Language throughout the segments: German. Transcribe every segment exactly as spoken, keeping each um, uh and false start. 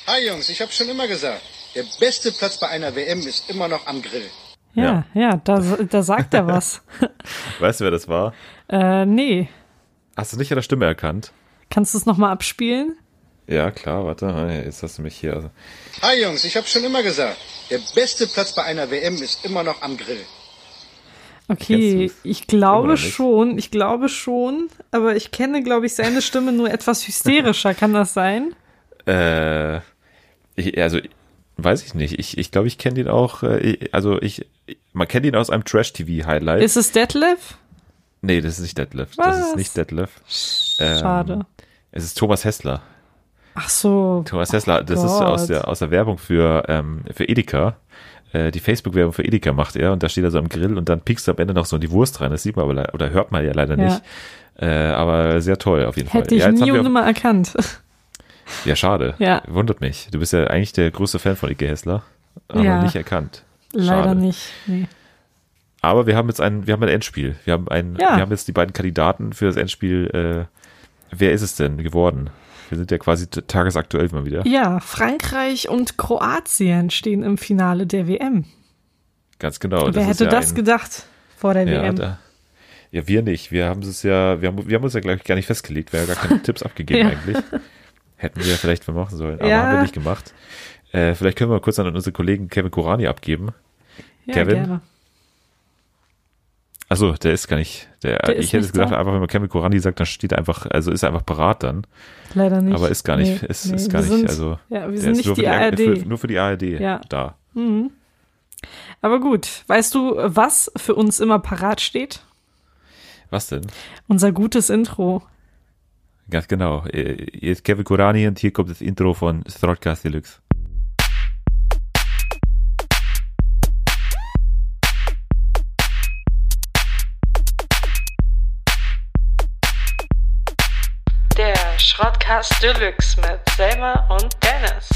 Hi Jungs, ich habe schon immer gesagt, der beste Platz bei einer W M ist immer noch am Grill. Ja, ja, ja da, da sagt er was. Weißt du, wer das war? Äh, nee. Hast du nicht an der Stimme erkannt? Kannst du es nochmal abspielen? Ja, klar, warte, jetzt hast du mich hier. Also. Hi Jungs, ich habe schon immer gesagt, der beste Platz bei einer W M ist immer noch am Grill. Okay, ich glaube schon, ich glaube schon, aber ich kenne, glaube ich, seine Stimme nur etwas hysterischer. Kann das sein? Äh, ich, also, weiß ich nicht. Ich, ich glaube, ich kenne den auch, äh, also ich, man kennt ihn aus einem Trash-T V-Highlight. Ist es Detlef? Nee, das ist nicht Detlef. Was? Das ist nicht Detlef. Schade. Ähm, es ist Thomas Hessler. Ach so. Thomas Hessler, das Gott. ist aus der, aus der Werbung für, ähm, für Edeka. Die Facebook-Werbung für Edeka macht er und da steht er so am Grill und dann piekst du am Ende noch so in die Wurst rein. Das sieht man aber, oder hört man ja leider ja. nicht. Äh, aber sehr toll auf jeden Hätte Fall. Hätte ich ja, nie und nimmer erkannt. Ja, schade. Ja. Wundert mich. Du bist ja eigentlich der größte Fan von Ike Hessler, aber ja. nicht erkannt. Schade. Leider nicht, nee. Aber wir haben jetzt ein, wir haben ein Endspiel. Wir haben ein, ja. wir haben jetzt die beiden Kandidaten für das Endspiel. Äh, wer ist es denn geworden? Wir sind ja quasi tagesaktuell mal wieder. Ja, Frankreich und Kroatien stehen im Finale der W M. Ganz genau. Wer das hätte ja das ein, gedacht vor der ja, W M? Da, ja, wir nicht. Wir haben es ja, wir haben, wir haben uns ja gleich gar nicht festgelegt. Wir haben ja gar keine Tipps abgegeben ja. eigentlich. Hätten wir vielleicht mal machen sollen, aber ja. haben wir nicht gemacht. Äh, vielleicht können wir mal kurz an unsere Kollegen Kevin Kurani abgeben. Ja, Kevin? gerne. Achso, der ist gar nicht. Der, der ich hätte es gedacht, da. einfach wenn man Kevin Kurani sagt, dann steht einfach, also ist er einfach parat dann. Leider nicht. Aber ist gar nicht, nee, ist, nee. ist gar wir nicht, sind, also. Ja, wir sind nicht die, die A R D. Für, nur für die A R D ja. da. Mhm. Aber gut, weißt du, was für uns immer parat steht? Was denn? Unser gutes Intro. Ganz genau. Hier ist Kevin Kurani und hier kommt das Intro von Throtcast Deluxe. Der Schrottcast Deluxe mit Selma und Dennis.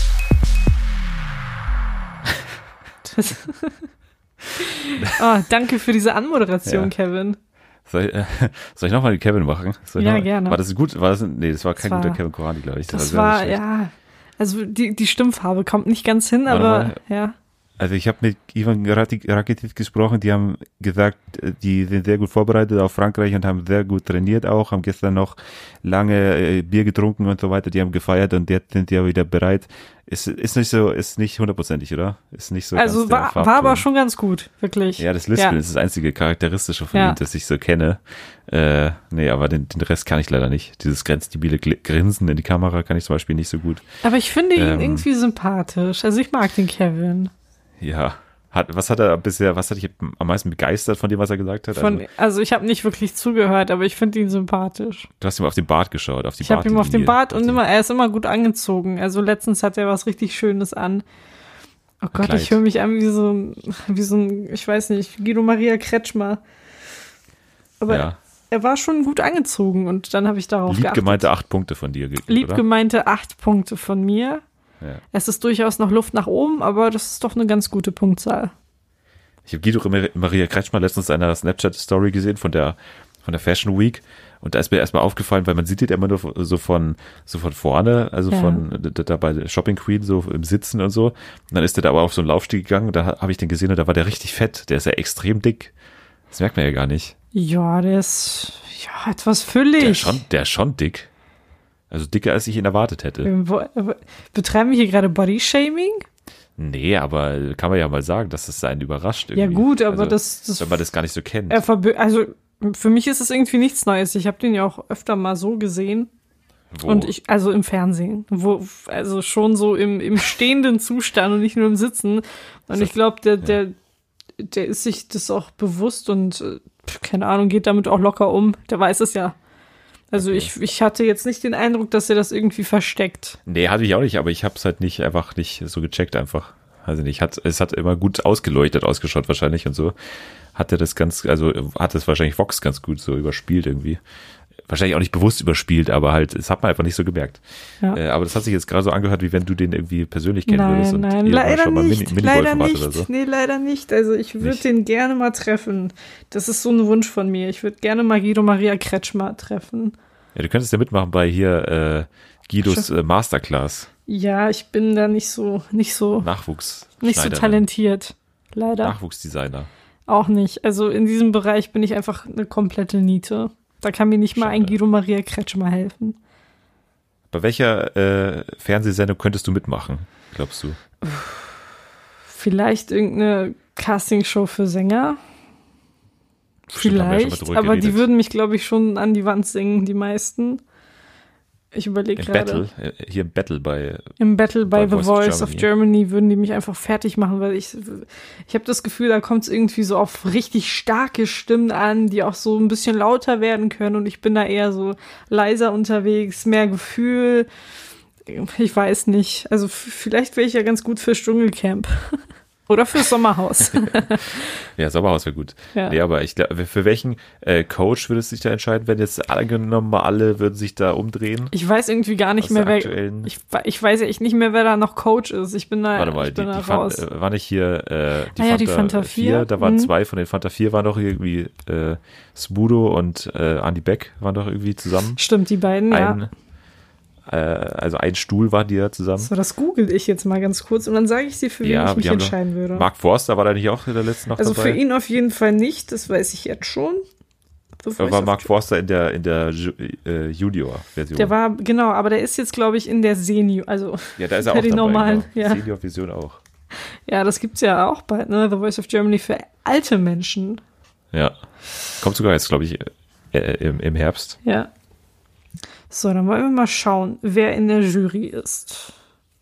Oh, danke für diese Anmoderation, ja. Kevin. Soll ich, äh, soll ich nochmal den Kevin machen? Soll ich ja, noch, gerne. War das gut? War das, nee, das war kein das guter war, Kevin Kurani, glaube ich. Das, das war, ja, also die, die Stimmfarbe kommt nicht ganz hin, Warte aber mal. ja. Also ich habe mit Ivan Rakitic gesprochen, die haben gesagt, die sind sehr gut vorbereitet auf Frankreich und haben sehr gut trainiert auch, haben gestern noch lange äh, Bier getrunken und so weiter, die haben gefeiert und jetzt sind ja wieder bereit. Ist, ist nicht so, ist nicht hundertprozentig, oder? Ist nicht so. Also ganz war, war aber schon ganz gut, wirklich. Ja, das Lispeln ja. ist das einzige Charakteristische von ja. ihm, das ich so kenne. Äh, nee, aber den, den Rest kann ich leider nicht. Dieses grenzdebile Grinsen in die Kamera kann ich zum Beispiel nicht so gut. Aber ich finde ihn ähm, irgendwie sympathisch. Also ich mag den Kevin. Ja. Hat, was hat er bisher, was hat dich am meisten begeistert von dem, was er gesagt hat? Von, also, also ich habe nicht wirklich zugehört, aber ich finde ihn sympathisch. Du hast ihm auf den Bart geschaut, auf die Ich habe ihm auf den Bart und die, immer, er ist immer gut angezogen. Also letztens hat er was richtig Schönes an. Oh Gott, Kleid. Ich höre mich an wie so, wie so ein, ich weiß nicht, Guido Maria Kretschmer. Aber ja. er war schon gut angezogen und dann habe ich darauf Lieb geachtet. gemeinte acht Punkte von dir. Lieb oder? gemeinte acht Punkte von mir. Ja. Es ist durchaus noch Luft nach oben, aber das ist doch eine ganz gute Punktzahl. Ich habe Guido Maria Kretschmer letztens in einer Snapchat-Story gesehen von der von der Fashion Week und da ist mir erstmal aufgefallen, weil man sieht den immer nur so von so von vorne, also ja. von da, da bei Shopping Queen so im Sitzen und so. Und dann ist der da aber auf so einen Laufsteg gegangen und da habe ich den gesehen und da war der richtig fett. Der ist ja extrem dick. Das merkt man ja gar nicht. Ja, der ist ja etwas füllig. Der ist schon, der ist schon dick. Also dicker, als ich ihn erwartet hätte. Betreiben wir hier gerade Body-Shaming? Nee, aber kann man ja mal sagen, dass es einen überrascht irgendwie. Ja gut, aber also, das, das... wenn man das gar nicht so kennt. Er verbö- also für mich ist es irgendwie nichts Neues. Ich habe den ja auch öfter mal so gesehen. Wo? Und ich, also im Fernsehen. Wo, also schon so im, im stehenden Zustand und nicht nur im Sitzen. Und ich glaube, der, der, der ist sich das auch bewusst und keine Ahnung, geht damit auch locker um. Der weiß es ja. Also okay. ich, ich hatte jetzt nicht den Eindruck, dass er das irgendwie versteckt. Nee, hatte ich auch nicht, aber ich habe es halt nicht einfach nicht so gecheckt einfach. Also nicht, hat, es hat immer gut ausgeleuchtet, ausgeschaut wahrscheinlich und so. Hat er das ganz, also hat es wahrscheinlich Vox ganz gut so überspielt irgendwie. Wahrscheinlich auch nicht bewusst überspielt, aber halt, das hat man einfach nicht so gemerkt. Ja. Äh, aber das hat sich jetzt gerade so angehört, wie wenn du den irgendwie persönlich kennen nein, würdest. Und nein, ihr leider schon mal nicht, Mini- leider Minigolf nicht, oder so. nee, leider nicht. Also ich würde den gerne mal treffen. Das ist so ein Wunsch von mir. Ich würde gerne mal Guido Maria Kretschmer treffen. Ja, du könntest ja mitmachen bei hier äh, Guidos äh, Masterclass. Ja, ich bin da nicht so, nicht so, Nachwuchs. nicht so talentiert. Leider. Nachwuchsdesigner. Auch nicht. Also in diesem Bereich bin ich einfach eine komplette Niete. Da kann mir nicht mal ein Guido Maria Kretschmer helfen. Bei welcher äh, Fernsehsendung könntest du mitmachen, glaubst du? Vielleicht irgendeine Castingshow für Sänger. Vielleicht, aber geredet. Die würden mich, glaube ich, schon an die Wand singen, die meisten. Ich überlege gerade. Battle, hier im Battle bei Im Battle bei, bei The Voice, Voice of, Germany. of Germany würden die mich einfach fertig machen, weil ich ich habe das Gefühl, da kommt es irgendwie so auf richtig starke Stimmen an, die auch so ein bisschen lauter werden können und ich bin da eher so leiser unterwegs, mehr Gefühl. Ich weiß nicht. Also f- vielleicht wäre ich ja ganz gut fürs Dschungelcamp. Oder fürs Sommerhaus. Ja, Sommerhaus wäre gut. Ja. Nee, aber ich glaube, für welchen äh, Coach würdest du dich da entscheiden, wenn jetzt angenommen mal alle würden sich da umdrehen? Ich weiß irgendwie gar nicht mehr, wer. Ich, ich weiß ja echt nicht mehr, wer da noch Coach ist. Ich bin da. Warte mal, ich bin die, da die raus. Fan, war nicht hier äh, die, ah, ja, Fanta, die Fanta vier? Da waren mhm. zwei von den Fanta vier, waren doch irgendwie äh, Smudo und äh, Andy Beck waren doch irgendwie zusammen. Stimmt, die beiden, ein, ja. Also ein Stuhl waren die ja zusammen. So, das google ich jetzt mal ganz kurz und dann sage ich dir, für wen ja, ich mich entscheiden würde. Mark Forster war da nicht auch in der letzten noch also dabei? Also für ihn auf jeden Fall nicht, das weiß ich jetzt schon. Da war Mark Forster in der in der äh, Junior-Version. Der war, genau, aber der ist jetzt, glaube ich, in der Senior, also ja, da ist er auch die dabei, normalen, genau. Ja. Senior-Version auch. Ja, das gibt's ja auch bald, ne? The Voice of Germany für alte Menschen. Ja, kommt sogar jetzt, glaube ich, äh, im, im Herbst. Ja. So, dann wollen wir mal schauen, wer in der Jury ist.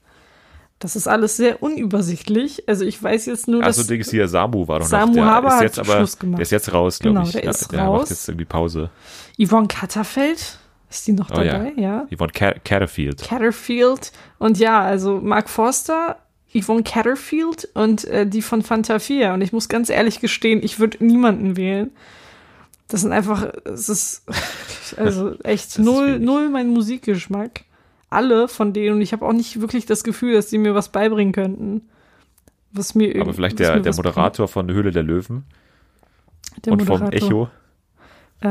Das ist alles sehr unübersichtlich. Also ich weiß jetzt nur, dass... Achso, Ding ist hier, Samu war doch Samu noch. Der Haber ist hat jetzt aber, Schluss gemacht. Der ist jetzt raus, glaube genau, ich. Der ist ja, der raus. macht jetzt irgendwie Pause. Yvonne Katterfeld, ist die noch oh, dabei? Ja. ja. Yvonne Cat- Catterfield. Catterfield. Und ja, also Mark Forster, Yvonne Catterfield und äh, die von Fanta vier. Und ich muss ganz ehrlich gestehen, ich würde niemanden wählen. Das sind einfach, es ist also echt null, null mein Musikgeschmack. Alle von denen. Und ich habe auch nicht wirklich das Gefühl, dass die mir was beibringen könnten. Was mir Aber vielleicht der, der Moderator bringt. Von Höhle der Löwen. Der und Moderator. vom Echo. Äh,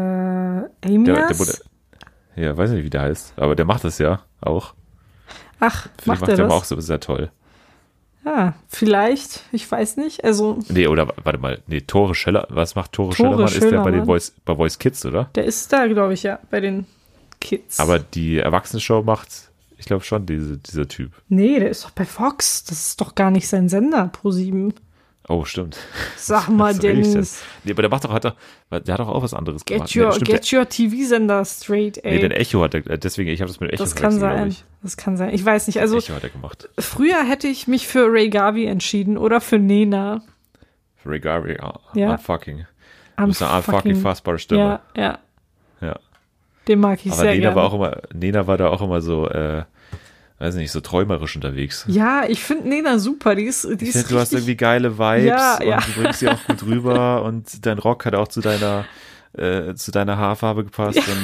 Amias? Der, der Moder- ja, weiß nicht, wie der heißt. Aber der macht das ja auch. Ach, vielleicht macht, macht er der das? auch so sehr toll. Ja, vielleicht. Ich weiß nicht. Also. Nee, oder warte mal. Nee, Tore Scheller. Was macht Tore, Tore Schellermann? Ist der bei den Schellermann. Voice, bei Voice Kids, oder? Der ist da, glaube ich, ja. Bei den Kids. Aber die Erwachsenenshow macht, ich glaube schon, diese, dieser Typ. Nee, der ist doch bei Fox. Das ist doch gar nicht sein Sender, Pro sieben. Oh, stimmt. Sag mal, Dennis. Nee, aber der macht doch, hat doch, der hat doch auch was anderes get gemacht. Your, nee, stimmt, get your T V-Sender straight, ey. Nee, den Echo hat er, deswegen, ich habe das mit Echo Das kann sein. Ich. Das kann sein. Ich weiß nicht, also. Echo hat er gemacht. Früher hätte ich mich für Ray Garvey entschieden oder für Nena. Für Ray Garvey, oh, ja. unfucking. I'm Das ist eine unfucking fassbare Stimme. Ja, ja. Ja. Den mag ich aber sehr Nena gerne. War auch immer, Nena war da auch immer so, äh, weiß nicht, so träumerisch unterwegs. Ja, ich finde Nena super. Die ist, die ich ist find, du hast irgendwie geile Vibes ja, und ja. du bringst sie auch gut rüber und dein Rock hat auch zu deiner, äh, zu deiner Haarfarbe gepasst. Ja.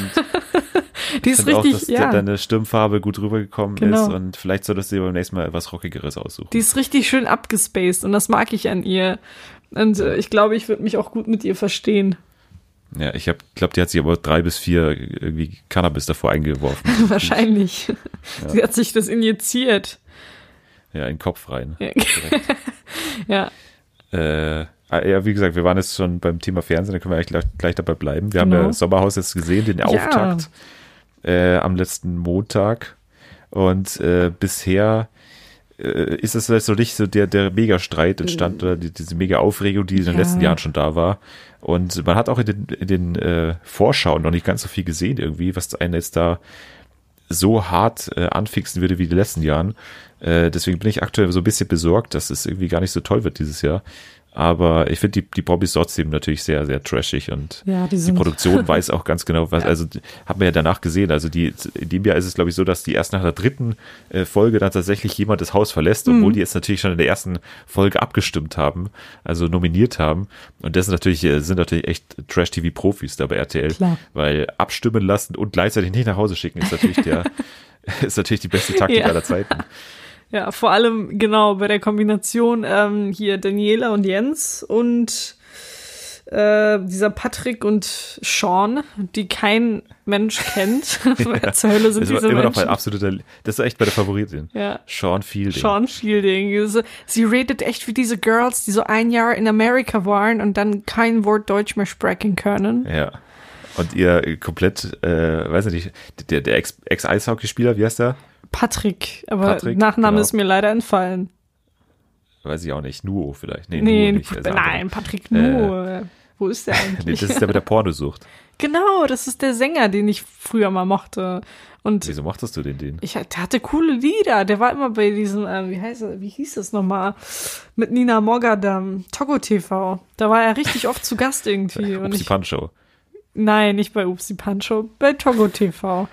Und die ist richtig, richtig, auch, dass ja. deine Stimmfarbe gut rübergekommen genau. ist und vielleicht solltest du dir beim nächsten Mal etwas Rockigeres aussuchen. Die ist richtig schön abgespaced und das mag ich an ihr. Und äh, ich glaube, ich würde mich auch gut mit ihr verstehen. Ja, ich glaube, die hat sich aber drei bis vier irgendwie Cannabis davor eingeworfen. Wahrscheinlich. Ja. Sie hat sich das injiziert. Ja, in den Kopf rein. Ja. ja. Äh, ja, wie gesagt, wir waren jetzt schon beim Thema Fernsehen, da können wir eigentlich gleich, gleich dabei bleiben. Wir genau. haben ja Sommerhaus jetzt gesehen, den Auftakt ja. äh, am letzten Montag. Und äh, bisher äh, ist es so nicht so der, der Mega-Streit entstand oder die, diese Mega-Aufregung, die in den ja. letzten Jahren schon da war. Und man hat auch in den, in den äh, Vorschauen noch nicht ganz so viel gesehen irgendwie, was einen jetzt da so hart äh, anfixen würde wie in den letzten Jahren. Äh, deswegen bin ich aktuell so ein bisschen besorgt, dass es irgendwie gar nicht so toll wird dieses Jahr. Aber ich finde die, die Promis trotzdem natürlich sehr, sehr trashig und ja, die, die Produktion weiß auch ganz genau, was, ja. also haben wir ja danach gesehen, also die, in dem Jahr ist es glaube ich so, dass die erst nach der dritten äh, Folge dann tatsächlich jemand das Haus verlässt, obwohl mhm. die jetzt natürlich schon in der ersten Folge abgestimmt haben, also nominiert haben und das ist natürlich, sind natürlich echt Trash-T V-Profis da bei R T L, Klar. weil abstimmen lassen und gleichzeitig nicht nach Hause schicken ist natürlich der, ist natürlich die beste Taktik ja. aller Zeiten. Ja, vor allem genau bei der Kombination ähm, hier Daniela und Jens und äh, dieser Patrick und Sean, die kein Mensch kennt. Wer zur Hölle sind das diese war immer Menschen? noch mein absoluter, das ist echt bei der Favoritin. Ja. Sean Fielding. Sean Fielding. Sie, sie redet echt wie diese Girls, die so ein Jahr in Amerika waren und dann kein Wort Deutsch mehr sprechen können. Ja. Und ihr komplett, äh, weiß ich nicht, der, der Ex- Ex-Eishockeyspieler, wie heißt der? Patrick, aber Patrick, Nachname genau. ist mir leider entfallen. Weiß ich auch nicht. Nuo vielleicht. Nee, Nee, Nuo nicht. Also nein, andere. Patrick Nuo. Wo ist der eigentlich? Nee, das ist der mit der Pornosucht. Genau, das ist der Sänger, den ich früher mal mochte. Und Wieso mochtest du den, den? ich, der hatte coole Lieder. Der war immer bei diesem, ähm, wie heißt er, wie hieß das nochmal? Mit Nina Mogadam, Togo T V. Da war er richtig oft zu Gast irgendwie. Und Upsi ich, Pancho. nein, nicht bei Upsi Pancho, bei Togo T V.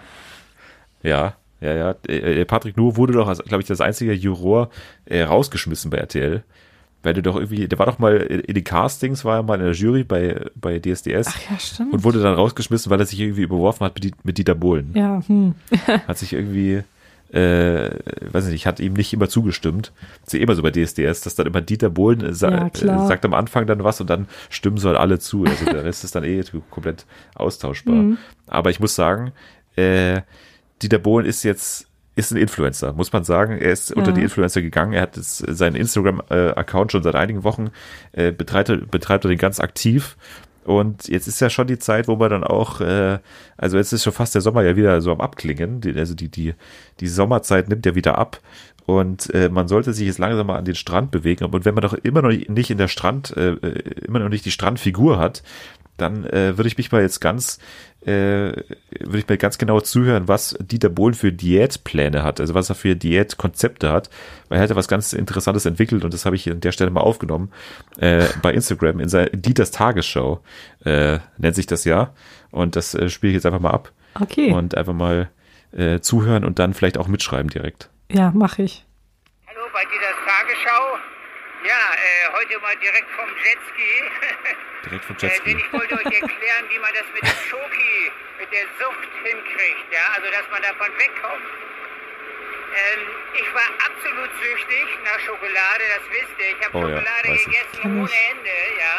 Ja, ja, ja. Äh, Patrick Nuo wurde doch, glaube ich, das einzige Juror äh, rausgeschmissen bei R T L. Weil der doch irgendwie, der war doch mal in den Castings, war er mal in der Jury bei, bei D S D S. Ach ja, stimmt. Und wurde dann rausgeschmissen, weil er sich irgendwie überworfen hat mit, mit Dieter Bohlen. Ja, hm. Hat sich irgendwie, äh, weiß ich nicht, hat ihm nicht immer zugestimmt. Das ist ja immer so bei D S D S, dass dann immer Dieter Bohlen sa- Ja, klar. äh, sagt am Anfang dann was und dann stimmen so halt alle zu. Also der Rest ist dann eh komplett austauschbar. Mhm. Aber ich muss sagen, äh, Dieter Bohlen ist jetzt ist ein Influencer, muss man sagen. Er ist unter Ja. die Influencer gegangen. Er hat das, seinen Instagram-Account schon seit einigen Wochen, äh, betreibt, er- betreibt er den ganz aktiv. Und jetzt ist ja schon die Zeit, wo man dann auch, äh, also jetzt ist schon fast der Sommer ja wieder so am Abklingen. Die, also die, die, die Sommerzeit nimmt ja wieder ab. Und äh, man sollte sich jetzt langsam mal an den Strand bewegen. Und wenn man doch immer noch nicht in der Strand, äh, immer noch nicht die Strandfigur hat, dann äh, würde ich mich mal jetzt ganz, äh, würde ich mal ganz genau zuhören, was Dieter Bohlen für Diätpläne hat, also was er für Diätkonzepte hat, weil er hat ja was ganz Interessantes entwickelt und das habe ich an der Stelle mal aufgenommen, äh, bei Instagram in seiner Dieters Tagesschau, äh, nennt sich das ja, und das äh, spiele ich jetzt einfach mal ab Okay. und einfach mal äh, zuhören und dann vielleicht auch mitschreiben direkt. Ja, mache ich. Hallo bei Dieters Tagesschau. Ja, äh, heute mal direkt vom Jetski. Direkt vom äh, Jetski. denn ich wollte euch erklären, wie man das mit dem Schoki, mit der Sucht hinkriegt. Ja, also dass man davon wegkommt. Ähm, ich war absolut süchtig nach Schokolade, das wisst ihr. Ich habe Oh ja, Schokolade weiß ich. gegessen Kenn ich. ohne Ende, ja.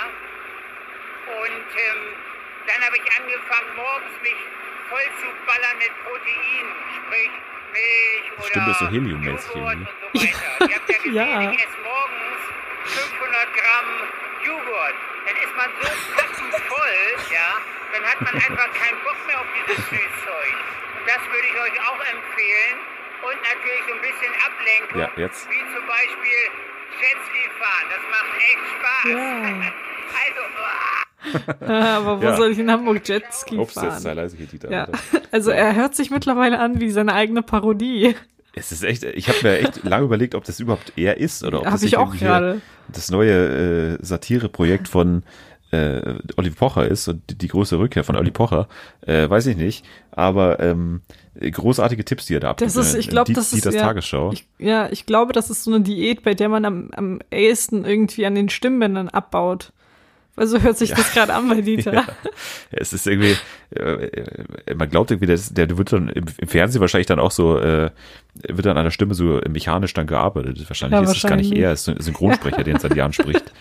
Und ähm, dann habe ich angefangen, morgens mich voll zu ballern mit Protein, sprich Milch oder Stimmt, das ist so Helium-mäßig Joghurt irgendwie. und so weiter. Ihr habt ja gesehen, Ja. ich esse morgens fünfhundert Gramm Joghurt. Dann ist man so voll, ja, dann hat man einfach keinen Bock mehr auf dieses Süßzeug. Und das würde ich euch auch empfehlen. Und natürlich so ein bisschen Ablenkung, Ja, jetzt. wie zum Beispiel Jetski fahren. Das macht echt Spaß. Ja. Also, uah. Aber wo Ja. soll ich in Hamburg Jetski Ups, jetzt sei fahren? leise hier, Dieter. Ja, also er hört sich mittlerweile an wie seine eigene Parodie. Es ist echt, ich habe mir echt lange überlegt, ob das überhaupt er ist oder ob Hab das ich nicht auch irgendwie gerade. das neue äh, Satireprojekt von äh, Olli Pocher ist und die, die große Rückkehr von Olli Pocher, äh, weiß ich nicht, aber ähm, großartige Tipps, die er da abgibt. Das ist, ich glaube, Die- das die ist das ja, Tagesschau. Ich, ja, ich glaube, das ist so eine Diät, bei der man am, am ehesten irgendwie an den Stimmbändern abbaut. Weil so hört sich das gerade an bei Dieter. Ja. Es ist irgendwie, äh, man glaubt irgendwie, der, ist- der wird dann im, im Fernsehen wahrscheinlich dann auch so, äh, wird dann an der Stimme so mechanisch dann gearbeitet. Wahrscheinlich Ja, ist es gar nicht wahrscheinlich. er, es ist ein Synchronsprecher, der ihn seit Jahren spricht.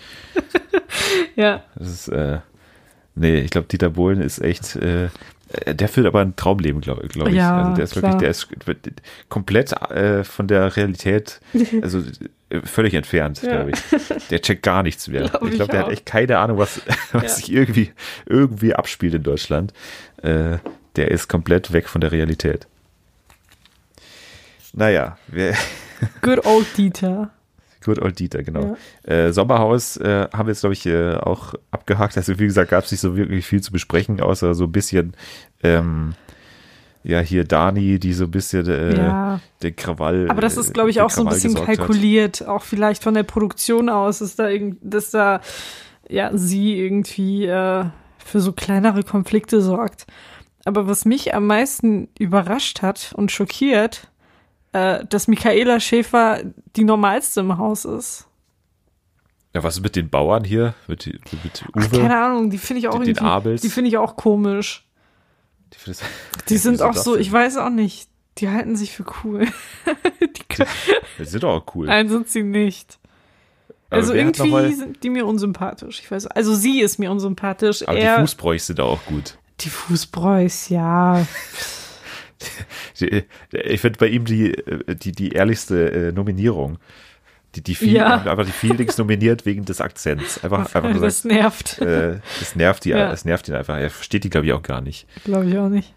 Ja, Das ist, äh, nee, ich glaube, Dieter Bohlen ist echt, äh, der führt aber ein Traumleben, glaube glaub ich. Ja, also der ist klar. wirklich, der ist komplett äh, von der Realität, also äh, völlig entfernt, Ja. glaube ich. Der checkt gar nichts mehr. Glaub ich ich glaube, der auch. hat echt keine Ahnung, was, was Ja. sich irgendwie, irgendwie abspielt in Deutschland. Äh, der ist komplett weg von der Realität. Naja, wir, good old Dieter. Good old Dieter, genau. Äh, Sommerhaus äh, haben wir jetzt, glaube ich, äh, auch abgehakt. Also wie gesagt, gab es nicht so wirklich viel zu besprechen, außer so ein bisschen, ähm, ja, hier Dani, die so ein bisschen äh, Ja. den Krawall. Aber das ist, glaube ich, für auch so ein Krawall bisschen gesorgt hat. kalkuliert, auch vielleicht von der Produktion aus, dass da, irgend, dass da ja, sie irgendwie äh, für so kleinere Konflikte sorgt. Aber was mich am meisten überrascht hat und schockiert, äh, dass Michaela Schäfer die normalste im Haus ist. Ja, was ist mit den Bauern hier? Mit, mit Uwe? Ach, keine Ahnung, die finde ich auch Den- den irgendwie, Abels? die finde ich auch komisch. Die, für das- Die sind Wieso auch das so, denn? ich weiß auch nicht, die halten sich für cool. die können, Die sind doch auch cool. nein, sind sie nicht. Also wer hat noch irgendwie mal- sind die mir unsympathisch. Ich weiß, also sie ist mir unsympathisch. Aber er, die Fußbräuchs sind auch gut. die Fußbräus, ja. Die- Ich finde bei ihm die, die, die ehrlichste äh, Nominierung. Die, die viel, Ja. einfach die Feelings nominiert wegen des Akzents. Einfach, einfach Das gesagt, nervt. äh, das nervt die, Ja. das nervt ihn einfach. Er versteht die, glaube ich, auch gar nicht. Glaube ich auch nicht.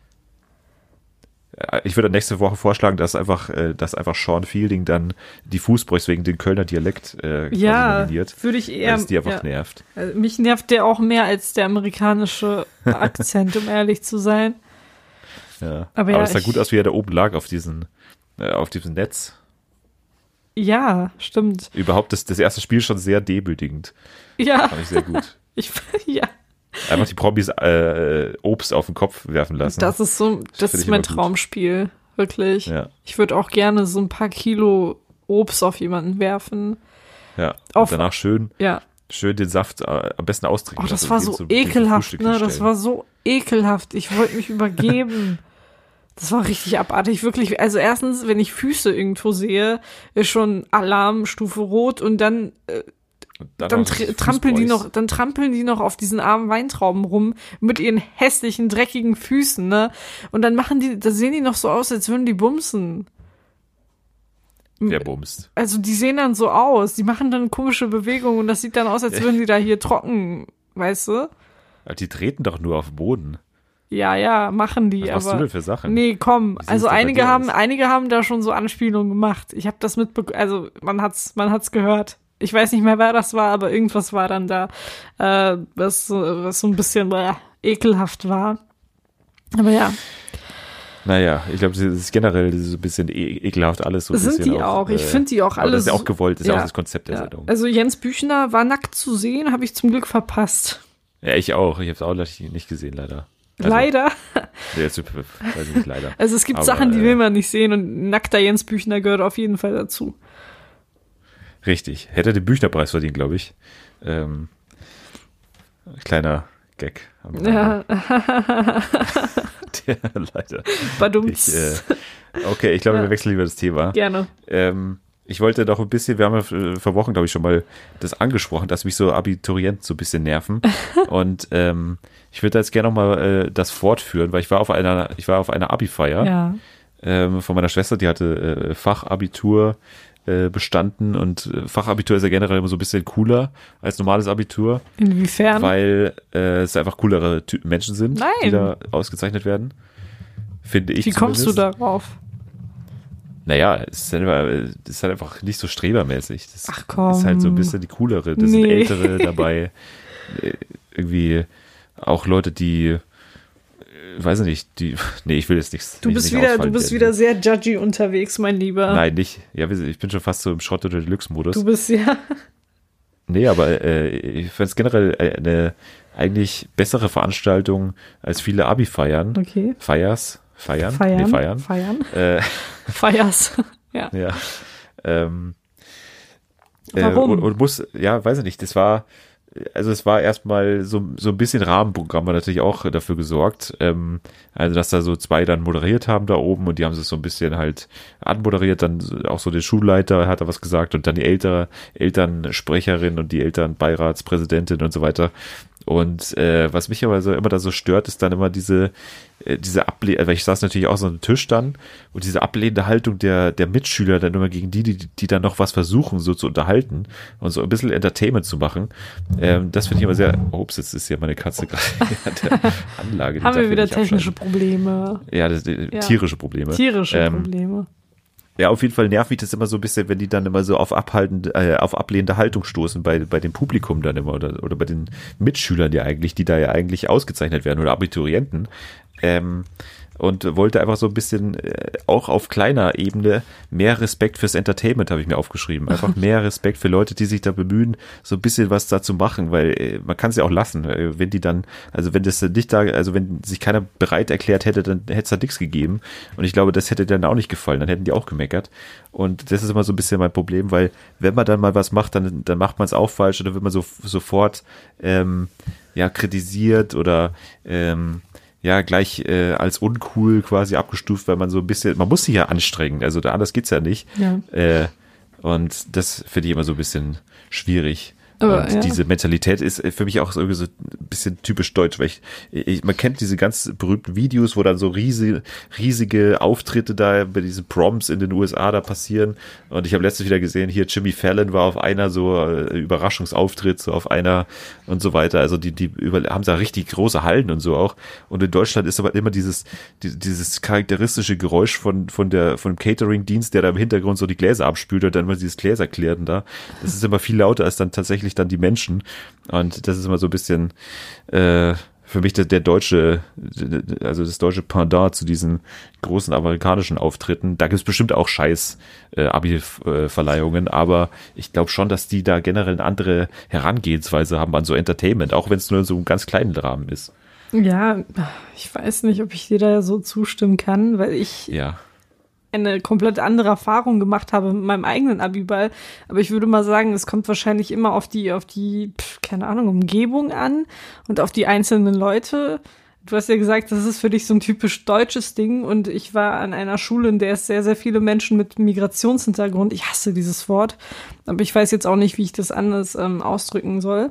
Ich würde nächste Woche vorschlagen, dass einfach, äh, dass einfach Sean Fielding dann die Fußbräuchs wegen den Kölner Dialekt äh, quasi Ja, nominiert. würde ich Weil eher. es die einfach ja. nervt. Also mich nervt der auch mehr als der amerikanische Akzent, um ehrlich zu sein. Ja. Aber Aber, ja, es sah ich- gut aus, wie er da oben lag auf diesen, äh, auf diesem Netz. Ja, stimmt. Überhaupt das, das erste Spiel schon sehr demütigend. Ja, Fand ich sehr gut. ich, ja. Einfach die Promis äh, Obst auf den Kopf werfen lassen. Das ist so, das find ist ich mein immer gut. Traumspiel. Wirklich. Ja. Ich würde auch gerne so ein paar Kilo Obst auf jemanden werfen. Ja. Auf- Und danach schön, Ja. schön den Saft äh, am besten austrinken. Oh, das lassen war und so den zum- den zum ekelhaft, Frühstück ne? Das hinstellen. war so ekelhaft. Ich wollte mich übergeben. Das war richtig abartig, wirklich. Also erstens, wenn ich Füße irgendwo sehe, ist schon Alarmstufe rot und dann, äh, Und dann noch tr das trampeln die Fußbräuchs. noch, dann trampeln die noch auf diesen armen Weintrauben rum mit ihren hässlichen, dreckigen Füßen, ne? Und dann machen die, da sehen die noch so aus, als würden die bumsen. Wer bumst? Also die sehen dann so aus, die machen dann komische Bewegungen und das sieht dann aus, als würden die da hier trocken, weißt du? Die treten doch nur auf den Boden. Ja, ja, machen die, Was machst aber du denn für Sachen? nee, komm, Wie sieht also es denn bei einige dir haben, aus? einige haben da schon so Anspielungen gemacht. Ich habe das mitbekommen, also man hat's, man hat's gehört. Ich weiß nicht mehr, wer das war, aber irgendwas war dann da, äh, was, so- was so ein bisschen äh, ekelhaft war. Aber ja, Naja, ich glaube, das ist generell so ein bisschen e ekelhaft alles. So ein sind bisschen die auch. Ich äh, finde die auch aber das ist ja alle auch gewollt, das ist ja ja, auch das Konzept der ja. Sendung. Also Jens Büchner war nackt zu sehen, habe ich zum Glück verpasst. Ja, ich auch. Ich habe es auch nicht gesehen, leider. Also, Leider. Nee, jetzt, weiß ich nicht, leider. Also es gibt Aber, Sachen, die äh, will man nicht sehen und nackter Jens Büchner gehört auf jeden Fall dazu. Richtig. Hätte den Büchnerpreis verdient, glaube ich. Ähm, kleiner Gag. am Rande. Ja, Der, leider. badumts. Ich, äh, okay, ich glaube, Ja. wir wechseln lieber das Thema. Gerne. Ähm, ich wollte noch ein bisschen, wir haben ja äh, vor Wochen, glaube ich, schon mal das angesprochen, dass mich so Abiturienten so ein bisschen nerven. Und ähm, ich würde jetzt gerne noch mal äh, das fortführen, weil ich war auf einer, ich war auf einer Abi-Feier Ja. ähm, von meiner Schwester, die hatte äh, Fachabitur äh, bestanden und äh, Fachabitur ist ja generell immer so ein bisschen cooler als normales Abitur, Inwiefern? weil äh, es einfach coolere Ty Menschen sind, Nein. die da ausgezeichnet werden. Finde ich Wie kommst du zumindest. darauf? Naja, es ist, halt immer, es ist halt einfach nicht so strebermäßig. Das Ach komm. ist halt so ein bisschen die coolere. Das sind Nee. ältere dabei. Äh, Irgendwie auch Leute, die, äh, weiß ich nicht, die, nee, ich will jetzt nichts. Du nicht, bist nicht wieder, du ausfallen bist werden. wieder sehr judgy unterwegs, mein Lieber. Nein, nicht. Ja, ich bin schon fast so im Schrott- oder Deluxe-Modus. Du bist ja. Nee, aber äh, ich fand es generell eine eigentlich bessere Veranstaltung als viele Abi-Feiern. Okay. Feiers? Feiern? Feiern. Nee, feiern. Feiern. Äh, Feiers. Ja. Ja. Ähm, Warum? Äh, und, und muss, ja, weiß ich nicht, das war, also es war erstmal so, so ein bisschen Rahmenprogramm, hat natürlich auch dafür gesorgt, ähm, also dass da so zwei dann moderiert haben da oben und die haben es so ein bisschen halt anmoderiert, dann auch so der Schulleiter hat da was gesagt und dann die ältere Elternsprecherin und die Elternbeiratspräsidentin und so weiter. Und äh, was mich aber so immer da so stört, ist dann immer diese äh, diese Ablehnung, weil ich saß natürlich auch so am Tisch dann und diese ablehnende Haltung der der Mitschüler dann immer gegen die, die die dann noch was versuchen so zu unterhalten und so ein bisschen Entertainment zu machen. Ähm, das finde ich immer sehr, ups, jetzt ist hier meine Katze gerade an der Anlage. die Haben darf wir wieder nicht technische abschalten. Probleme. Ja, das, äh, Ja. tierische Probleme. Tierische Ähm, Probleme. Ja, auf jeden Fall nervt mich das immer so ein bisschen, wenn die dann immer so auf abhaltende, äh, auf ablehnende Haltung stoßen bei, bei dem Publikum dann immer oder, oder bei den Mitschülern ja eigentlich, die da ja eigentlich ausgezeichnet werden oder Abiturienten. Ähm, und wollte einfach so ein bisschen äh, auch auf kleiner Ebene mehr Respekt fürs Entertainment, habe ich mir aufgeschrieben. Einfach mehr Respekt für Leute, die sich da bemühen, so ein bisschen was da zu machen, weil äh, man kann es ja auch lassen, äh, wenn die dann, also wenn das nicht da, also wenn sich keiner bereit erklärt hätte, dann hätte es da nichts gegeben. Und ich glaube, das hätte dann auch nicht gefallen, dann hätten die auch gemeckert. Und das ist immer so ein bisschen mein Problem, weil wenn man dann mal was macht, dann, dann macht man es auch falsch oder wird man so sofort ähm, ja kritisiert oder ähm, ja, gleich äh, als uncool quasi abgestuft, weil man so ein bisschen, man muss sich ja anstrengen, also da anders geht's ja nicht. Ja. Äh, und Und das finde ich immer so ein bisschen schwierig. Aber, und ja. diese Mentalität ist für mich auch so irgendwie so ein bisschen typisch deutsch, weil ich, ich man kennt diese ganz berühmten Videos, wo dann so riesige, riesige Auftritte da bei diesen Proms in den U S A da passieren. Und ich habe letztens wieder gesehen, hier Jimmy Fallon war auf einer so äh, Überraschungsauftritt, so auf einer und so weiter. Also die, die über, haben da richtig große Hallen und so auch. Und in Deutschland ist aber immer dieses, die, dieses charakteristische Geräusch von, von der, von dem Catering-Dienst, der da im Hintergrund so die Gläser abspült und dann immer dieses Gläser klären da. Das ist immer viel lauter als dann tatsächlich dann die Menschen. Und das ist immer so ein bisschen äh, für mich der, der deutsche, also das deutsche Pendant zu diesen großen amerikanischen Auftritten. Da gibt es bestimmt auch scheiß äh, Abi-Verleihungen, aber ich glaube schon, dass die da generell eine andere Herangehensweise haben an so Entertainment, auch wenn es nur in so einem ganz kleinen Rahmen ist. Ja, ich weiß nicht, ob ich dir da so zustimmen kann, weil ich Ja. eine komplett andere Erfahrung gemacht habe mit meinem eigenen Abiball. Aber ich würde mal sagen, es kommt wahrscheinlich immer auf die, auf die, pf, keine Ahnung, Umgebung an und auf die einzelnen Leute. Du hast ja gesagt, das ist für dich so ein typisch deutsches Ding und ich war an einer Schule, in der es sehr, sehr viele Menschen mit Migrationshintergrund, ich hasse dieses Wort, aber ich weiß jetzt auch nicht, wie ich das anders ähm, ausdrücken soll.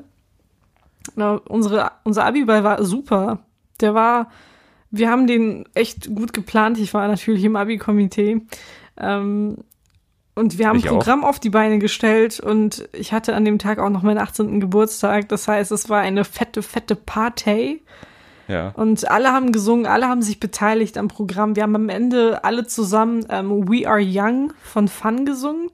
Na, unsere, unser Abiball war super. Der war Wir haben den echt gut geplant. Ich war natürlich im Abi-Komitee. Ähm, und wir haben Ich ein Programm auch auf die Beine gestellt. Und ich hatte an dem Tag auch noch meinen achtzehnten Geburtstag. Das heißt, es war eine fette, fette Party. Ja. Und alle haben gesungen, alle haben sich beteiligt am Programm. Wir haben am Ende alle zusammen ähm, We Are Young von Fun gesungen.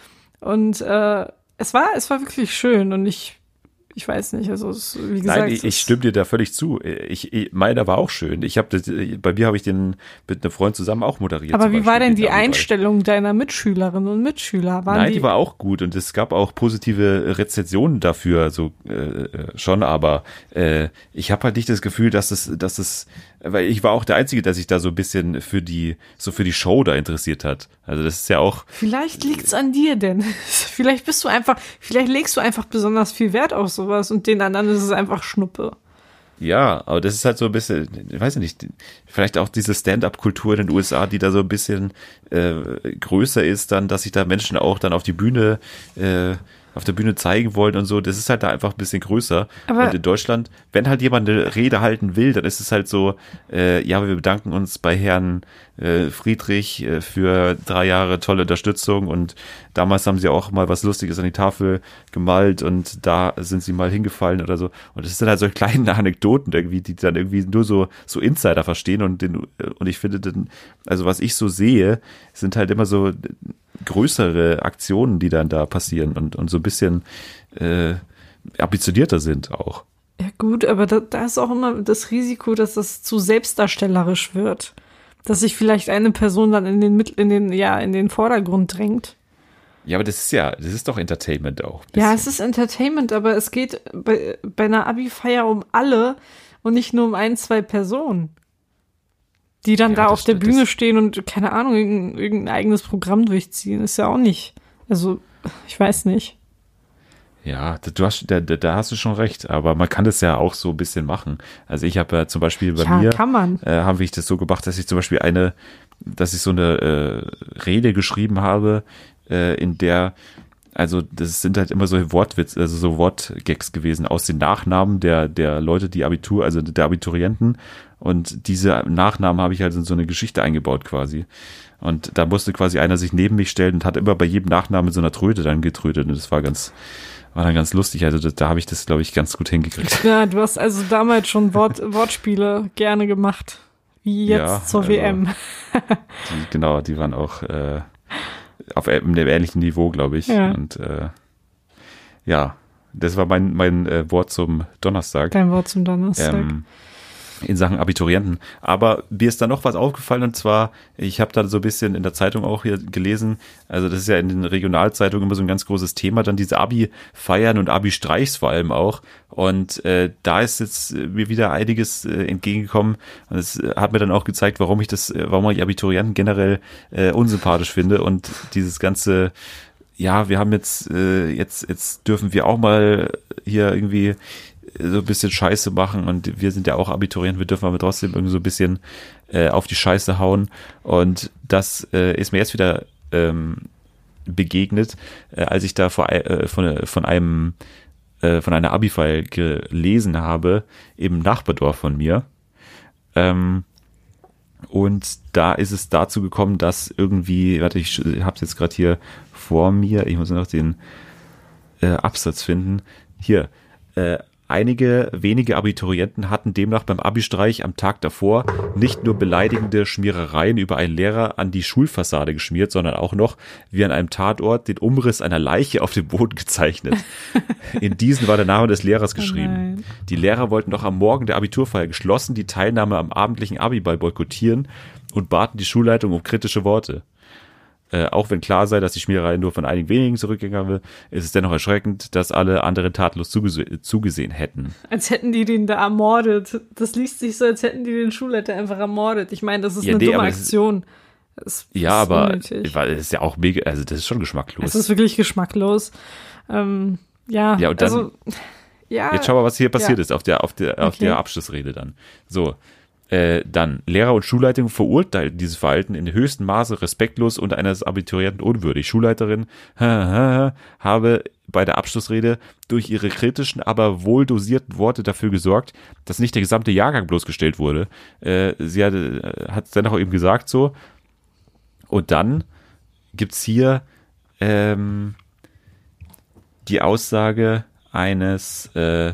Und äh, es war, es war wirklich schön. Und ich Ich weiß nicht, also es, wie gesagt. Nein, ich, ich stimme dir da völlig zu. Ich, ich meiner war auch schön. Ich habe bei mir habe ich den mit einem Freund zusammen auch moderiert. Aber wie Beispiel, war denn die Abiball. Einstellung deiner Mitschülerinnen und Mitschüler? Waren Nein, die, die war auch gut und es gab auch positive Rezensionen dafür, so äh, schon, aber äh, ich habe halt nicht das Gefühl, dass es, dass es, weil ich war auch der Einzige, der sich da so ein bisschen für die, so für die Show da interessiert hat. Also das ist ja auch. Vielleicht liegt's an dir denn. Vielleicht bist du einfach, vielleicht legst du einfach besonders viel Wert auf sowas und den anderen ist es einfach Schnuppe. Ja, aber das ist halt so ein bisschen, ich weiß nicht, vielleicht auch diese Stand-up-Kultur in den U S A, die da so ein bisschen äh, größer ist, dann, dass sich da Menschen auch dann auf die Bühne äh, auf der Bühne zeigen wollen und so, das ist halt da einfach ein bisschen größer. Aber und in Deutschland, wenn halt jemand eine Rede halten will, dann ist es halt so, äh, ja, wir bedanken uns bei Herrn äh, Friedrich äh, für drei Jahre tolle Unterstützung und damals haben sie auch mal was Lustiges an die Tafel gemalt und da sind sie mal hingefallen oder so. Und das sind halt so kleine Anekdoten irgendwie, die dann irgendwie nur so, so Insider verstehen und den, und ich finde dann, also was ich so sehe, sind halt immer so größere Aktionen, die dann da passieren und, und so ein bisschen äh, ambitionierter sind auch. ja gut, aber da, da ist auch immer das Risiko, dass das zu selbstdarstellerisch wird. Dass sich vielleicht eine Person dann in den Mit- in den, ja, in den Vordergrund drängt. Ja, aber das ist ja, das ist doch Entertainment auch. Ja, es ist Entertainment, aber es geht bei, bei einer Abi-Feier um alle und nicht nur um ein, zwei Personen. Die dann Ja, da das auf der stimmt, Bühne das- stehen und, keine Ahnung, irgendein, irgendein eigenes Programm durchziehen. Ist ja auch nicht. Also, ich weiß nicht. Ja, da- du hast, da, da da hast du schon recht, aber man kann das ja auch so ein bisschen machen. Also ich habe ja zum Beispiel bei Ja, mir, kann man. äh, habe ich das so gemacht, dass ich zum Beispiel eine, dass ich so eine äh, Rede geschrieben habe, äh, in der, also das sind halt immer so Wortwitz, also so Wortgags gewesen aus den Nachnamen der der Leute, die Abitur, also der Abiturienten, und diese Nachnamen habe ich halt in so eine Geschichte eingebaut quasi. Und da musste quasi einer sich neben mich stellen und hat immer bei jedem Nachnamen mit so einer Tröte dann getrötet und das war ganz War dann ganz lustig, also da, da habe ich das, glaube ich, ganz gut hingekriegt. Ja, du hast also damals schon Wort, Wortspiele gerne gemacht. Wie jetzt Ja, zur also, W M. Die, genau, die waren auch äh, auf einem ähnlichen Niveau, glaube ich. Ja. Und äh, ja, das war mein, mein äh, Wort zum Donnerstag. Dein Wort zum Donnerstag. Ähm, in Sachen Abiturienten. Aber mir ist da noch was aufgefallen und zwar, ich habe da so ein bisschen in der Zeitung auch hier gelesen, also das ist ja in den Regionalzeitungen immer so ein ganz großes Thema, dann diese Abi-Feiern und Abi-Streichs vor allem auch. Und äh, da ist jetzt mir wieder einiges äh, entgegengekommen und es hat mir dann auch gezeigt, warum ich das, warum ich Abiturienten generell äh, unsympathisch finde und dieses ganze, ja, wir haben jetzt, äh, jetzt, jetzt dürfen wir auch mal hier irgendwie so ein bisschen Scheiße machen und wir sind ja auch Abiturienten, wir dürfen aber trotzdem irgendwie so ein bisschen äh, auf die Scheiße hauen und das äh, ist mir jetzt wieder ähm, begegnet, äh, als ich da vor, äh, von, von einem äh, von einer Abi-Feier gelesen habe im Nachbardorf von mir. Ähm, und da ist es dazu gekommen, dass irgendwie, warte, ich habe es jetzt gerade hier vor mir, ich muss noch den äh, Absatz finden. Hier, äh, einige wenige Abiturienten hatten demnach beim Abi-Streich am Tag davor nicht nur beleidigende Schmierereien über einen Lehrer an die Schulfassade geschmiert, sondern auch noch, wie an einem Tatort, den Umriss einer Leiche auf dem Boden gezeichnet. In diesen war der Name des Lehrers geschrieben. Oh die Lehrer wollten noch am Morgen der Abiturfeier geschlossen die Teilnahme am abendlichen Abiball boykottieren und baten die Schulleitung um kritische Worte. Äh, auch wenn klar sei, dass die Schmiererei nur von einigen wenigen zurückgegangen wird, ist es dennoch erschreckend, dass alle anderen tatenlos zugese- zugesehen hätten. Als hätten die den da ermordet. Das liest sich so, als hätten die den Schulleiter einfach ermordet. Ich meine, das ist Ja, eine nee, dumme aber das ist- Aktion. Das Ja, ist aber unnötig. weil es ist ja auch mega, also das ist schon geschmacklos. Es ist wirklich geschmacklos. Ähm, ja, Ja, und dann- also, ja. Jetzt schau mal, was hier passiert ja. ist auf der, auf der, auf Okay. der Abschlussrede dann. So. Äh, dann, Lehrer und Schulleitung verurteilten dieses Verhalten in höchstem Maße respektlos und eines Abiturienten unwürdig. Schulleiterin habe bei der Abschlussrede durch ihre kritischen, aber wohl dosierten Worte dafür gesorgt, dass nicht der gesamte Jahrgang bloßgestellt wurde. Äh, sie hat es dann auch eben gesagt so. Und dann gibt's hier ähm, die Aussage eines äh,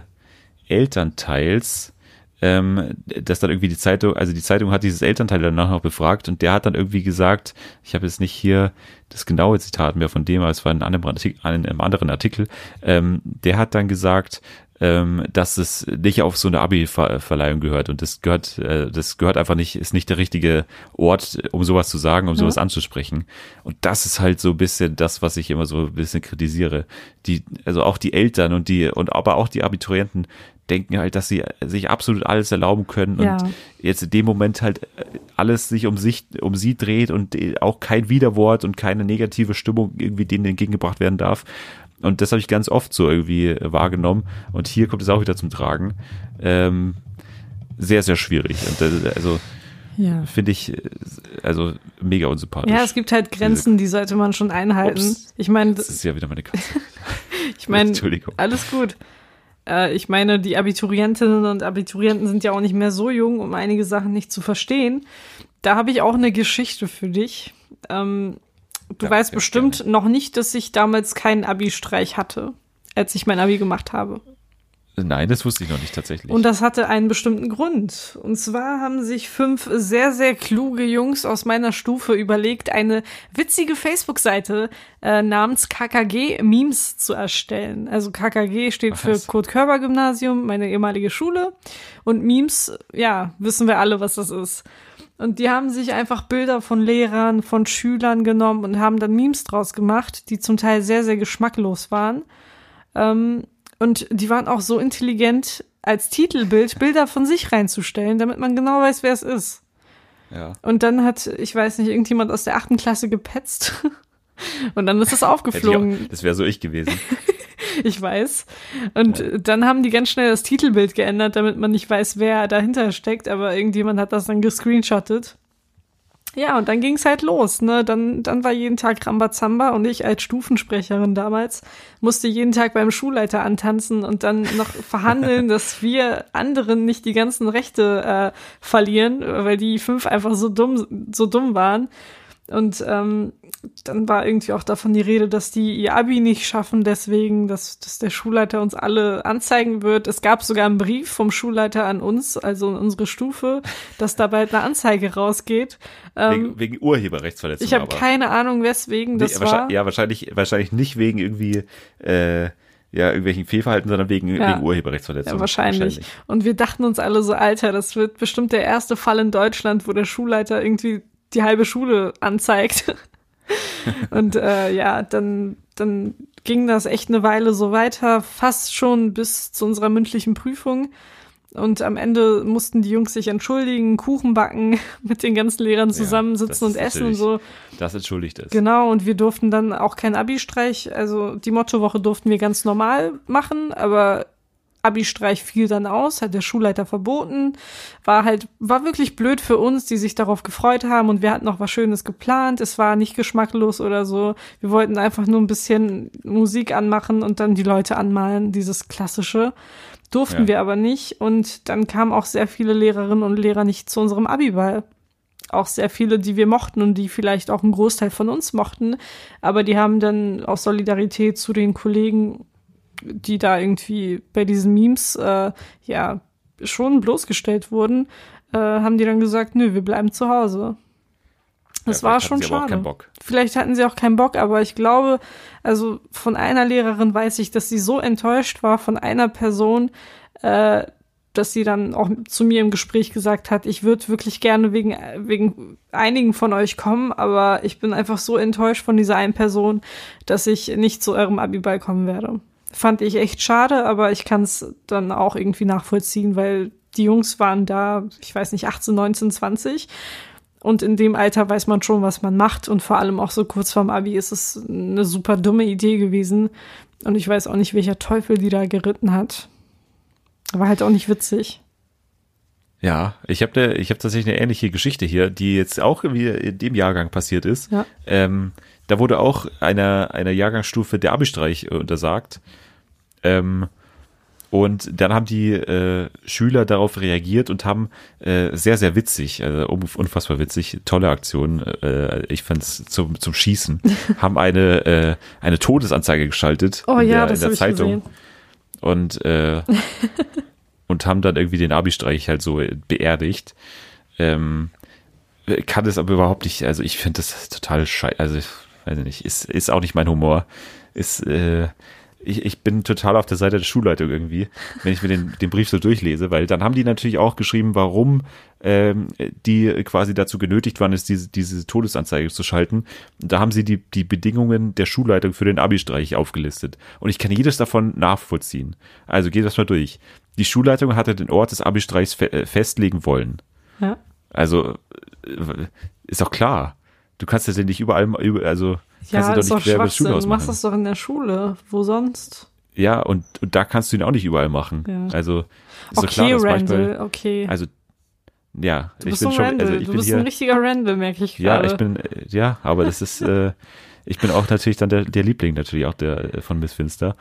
Elternteils, ähm, dass dann irgendwie die Zeitung, also die Zeitung hat dieses Elternteil danach noch befragt und der hat dann irgendwie gesagt, ich habe jetzt nicht hier das genaue Zitat mehr von dem, aber es war in einem anderen Artikel, in einem anderen Artikel ähm, der hat dann gesagt, ähm, dass es nicht auf so eine Abi-Verleihung gehört und das gehört, äh, das gehört einfach nicht, ist nicht der richtige Ort, um sowas zu sagen, um sowas Ja. anzusprechen. Und das ist halt so ein bisschen das, was ich immer so ein bisschen kritisiere. Die, also auch die Eltern und die, und aber auch die Abiturienten denken halt, dass sie sich absolut alles erlauben können Ja. und jetzt in dem Moment halt alles sich um sich, um sie dreht und auch kein Widerwort und keine negative Stimmung irgendwie denen entgegengebracht werden darf. Und das habe ich ganz oft so irgendwie wahrgenommen. Und hier kommt es auch wieder zum Tragen. Ähm, sehr, sehr schwierig. Und das, also Ja. finde ich also mega unsympathisch. Ja, es gibt halt Grenzen, die sollte man schon einhalten. Ups. Ich meine, Das ist ja wieder meine Katze. ich meine, Entschuldigung. alles gut. Äh, ich meine, die Abiturientinnen und Abiturienten sind ja auch nicht mehr so jung, um einige Sachen nicht zu verstehen. Da habe ich auch eine Geschichte für dich. Ähm, du Ja, weißt ja, bestimmt gerne. noch nicht, dass ich damals keinen Abi-Streich hatte, als ich mein Abi gemacht habe. Nein, das wusste ich noch nicht tatsächlich. Und das hatte einen bestimmten Grund. Und zwar haben sich fünf sehr, sehr kluge Jungs aus meiner Stufe überlegt, eine witzige Facebook-Seite äh, namens K K G Memes zu erstellen. Also K K G steht für Was? Kurt-Körber-Gymnasium, meine ehemalige Schule. Und Memes, ja, wissen wir alle, was das ist. Und die haben sich einfach Bilder von Lehrern, von Schülern genommen und haben dann Memes draus gemacht, die zum Teil sehr, sehr geschmacklos waren. Ähm, Und die waren auch so intelligent, als Titelbild Bilder von sich reinzustellen, damit man genau weiß, wer es ist. ja. Und dann hat, ich weiß nicht, irgendjemand aus der achten Klasse gepetzt. Und dann ist es Hätte ich auch, aufgeflogen. das wäre so ich gewesen. Ich weiß. Und Ja. dann haben die ganz schnell das Titelbild geändert, damit man nicht weiß, wer dahinter steckt. Aber irgendjemand hat das dann gescreenshottet. Ja, und dann ging's halt los, ne? Dann, dann war jeden Tag Rambazamba und ich als Stufensprecherin damals musste jeden Tag beim Schulleiter antanzen und dann noch verhandeln, dass wir anderen nicht die ganzen Rechte äh, verlieren, weil die fünf einfach so dumm, so dumm waren. Und ähm, dann war irgendwie auch davon die Rede, dass die ihr Abi nicht schaffen, deswegen, dass, dass der Schulleiter uns alle anzeigen wird. Es gab sogar einen Brief vom Schulleiter an uns, also in unsere Stufe, dass da bald eine Anzeige rausgeht. Ähm, Wegen, wegen Urheberrechtsverletzung. ich habe aber. keine Ahnung, weswegen das Nee, war. wahrscheinlich, ja, wahrscheinlich, wahrscheinlich nicht wegen irgendwie, äh, ja, irgendwelchen Fehlverhalten, sondern wegen, Ja. wegen Urheberrechtsverletzung. Ja, wahrscheinlich. Und wir dachten uns alle so, Alter, das wird bestimmt der erste Fall in Deutschland, wo der Schulleiter irgendwie die halbe Schule anzeigt. Und äh, ja, dann, dann ging das echt eine Weile so weiter, fast schon bis zu unserer mündlichen Prüfung. Und am Ende mussten die Jungs sich entschuldigen, Kuchen backen, mit den ganzen Lehrern zusammensitzen das und ist essen und so. natürlich- Das entschuldigt es. Genau, und wir durften dann auch keinen Abi-Streich, also die Mottowoche durften wir ganz normal machen, aber Abi-Streich fiel dann aus, hat der Schulleiter verboten, war halt, war wirklich blöd für uns, die sich darauf gefreut haben und wir hatten noch was Schönes geplant, es war nicht geschmacklos oder so, wir wollten einfach nur ein bisschen Musik anmachen und dann die Leute anmalen, dieses Klassische, durften ja. wir aber nicht und dann kamen auch sehr viele Lehrerinnen und Lehrer nicht zu unserem Abi-Ball. Auch sehr viele, die wir mochten und die vielleicht auch einen Großteil von uns mochten, aber die haben dann aus Solidarität zu den Kollegen, die da irgendwie bei diesen Memes äh, ja schon bloßgestellt wurden, äh, haben die dann gesagt, nö, wir bleiben zu Hause. Das ja, war schon schade. Vielleicht hatten sie auch keinen Bock, aber ich glaube, also von einer Lehrerin weiß ich, dass sie so enttäuscht war von einer Person, äh, dass sie dann auch zu mir im Gespräch gesagt hat, ich würde wirklich gerne wegen, wegen einigen von euch kommen, aber ich bin einfach so enttäuscht von dieser einen Person, dass ich nicht zu eurem Abi-Ball kommen werde. Fand ich echt schade, aber ich kann es dann auch irgendwie nachvollziehen, weil die Jungs waren da, ich weiß nicht, achtzehn, neunzehn, zwanzig und in dem Alter weiß man schon, was man macht und vor allem auch so kurz vorm Abi ist es eine super dumme Idee gewesen und ich weiß auch nicht, welcher Teufel die da geritten hat. War halt auch nicht witzig. Ja, ich habe ne, ich hab tatsächlich eine ähnliche Geschichte hier, die jetzt auch irgendwie in dem Jahrgang passiert ist. Ja. Ähm, da wurde auch einer, einer Jahrgangsstufe der Abi-Streich untersagt. Ähm, und dann haben die äh, Schüler darauf reagiert und haben äh, sehr, sehr witzig, also unfassbar witzig, tolle Aktion, äh, ich fand's zum, zum Schießen, haben eine, äh, eine Todesanzeige geschaltet oh, in ja, der, das in der Zeitung. Gesehen. Und, äh, und haben dann irgendwie den Abi-Streich halt so beerdigt. Ähm, kann das aber überhaupt nicht, also ich finde das total scheiße, also ich weiß nicht, ist, ist auch nicht mein Humor. Ist, äh, ich, ich bin total auf der Seite der Schulleitung irgendwie, wenn ich mir den, den Brief so durchlese, weil dann haben die natürlich auch geschrieben, warum ähm, die quasi dazu genötigt waren, ist diese, diese Todesanzeige zu schalten. Da haben sie die, die Bedingungen der Schulleitung für den Abi-Streich aufgelistet. Und ich kann jedes davon nachvollziehen. Also geht das mal durch. Die Schulleitung hatte den Ort des Abi-Streichs fe- festlegen wollen. Ja. Also ist doch klar. Du kannst das ja nicht überall, also ja, kannst du doch nicht quer übers Schulhaus machen. Du machst das doch in der Schule. Wo sonst? Ja, und, und da kannst du ihn auch nicht überall machen. Ja. Also ist okay, doch klar, dass Randall, manchmal, okay. Also ja, du ich bist bin so schon, Randall. also ich du bin bist hier, ein richtiger Randall, merke ich gerade. Ja, ich bin, ja, aber das ist, äh, ich bin auch natürlich dann der, der Liebling natürlich auch der von Miss Finster.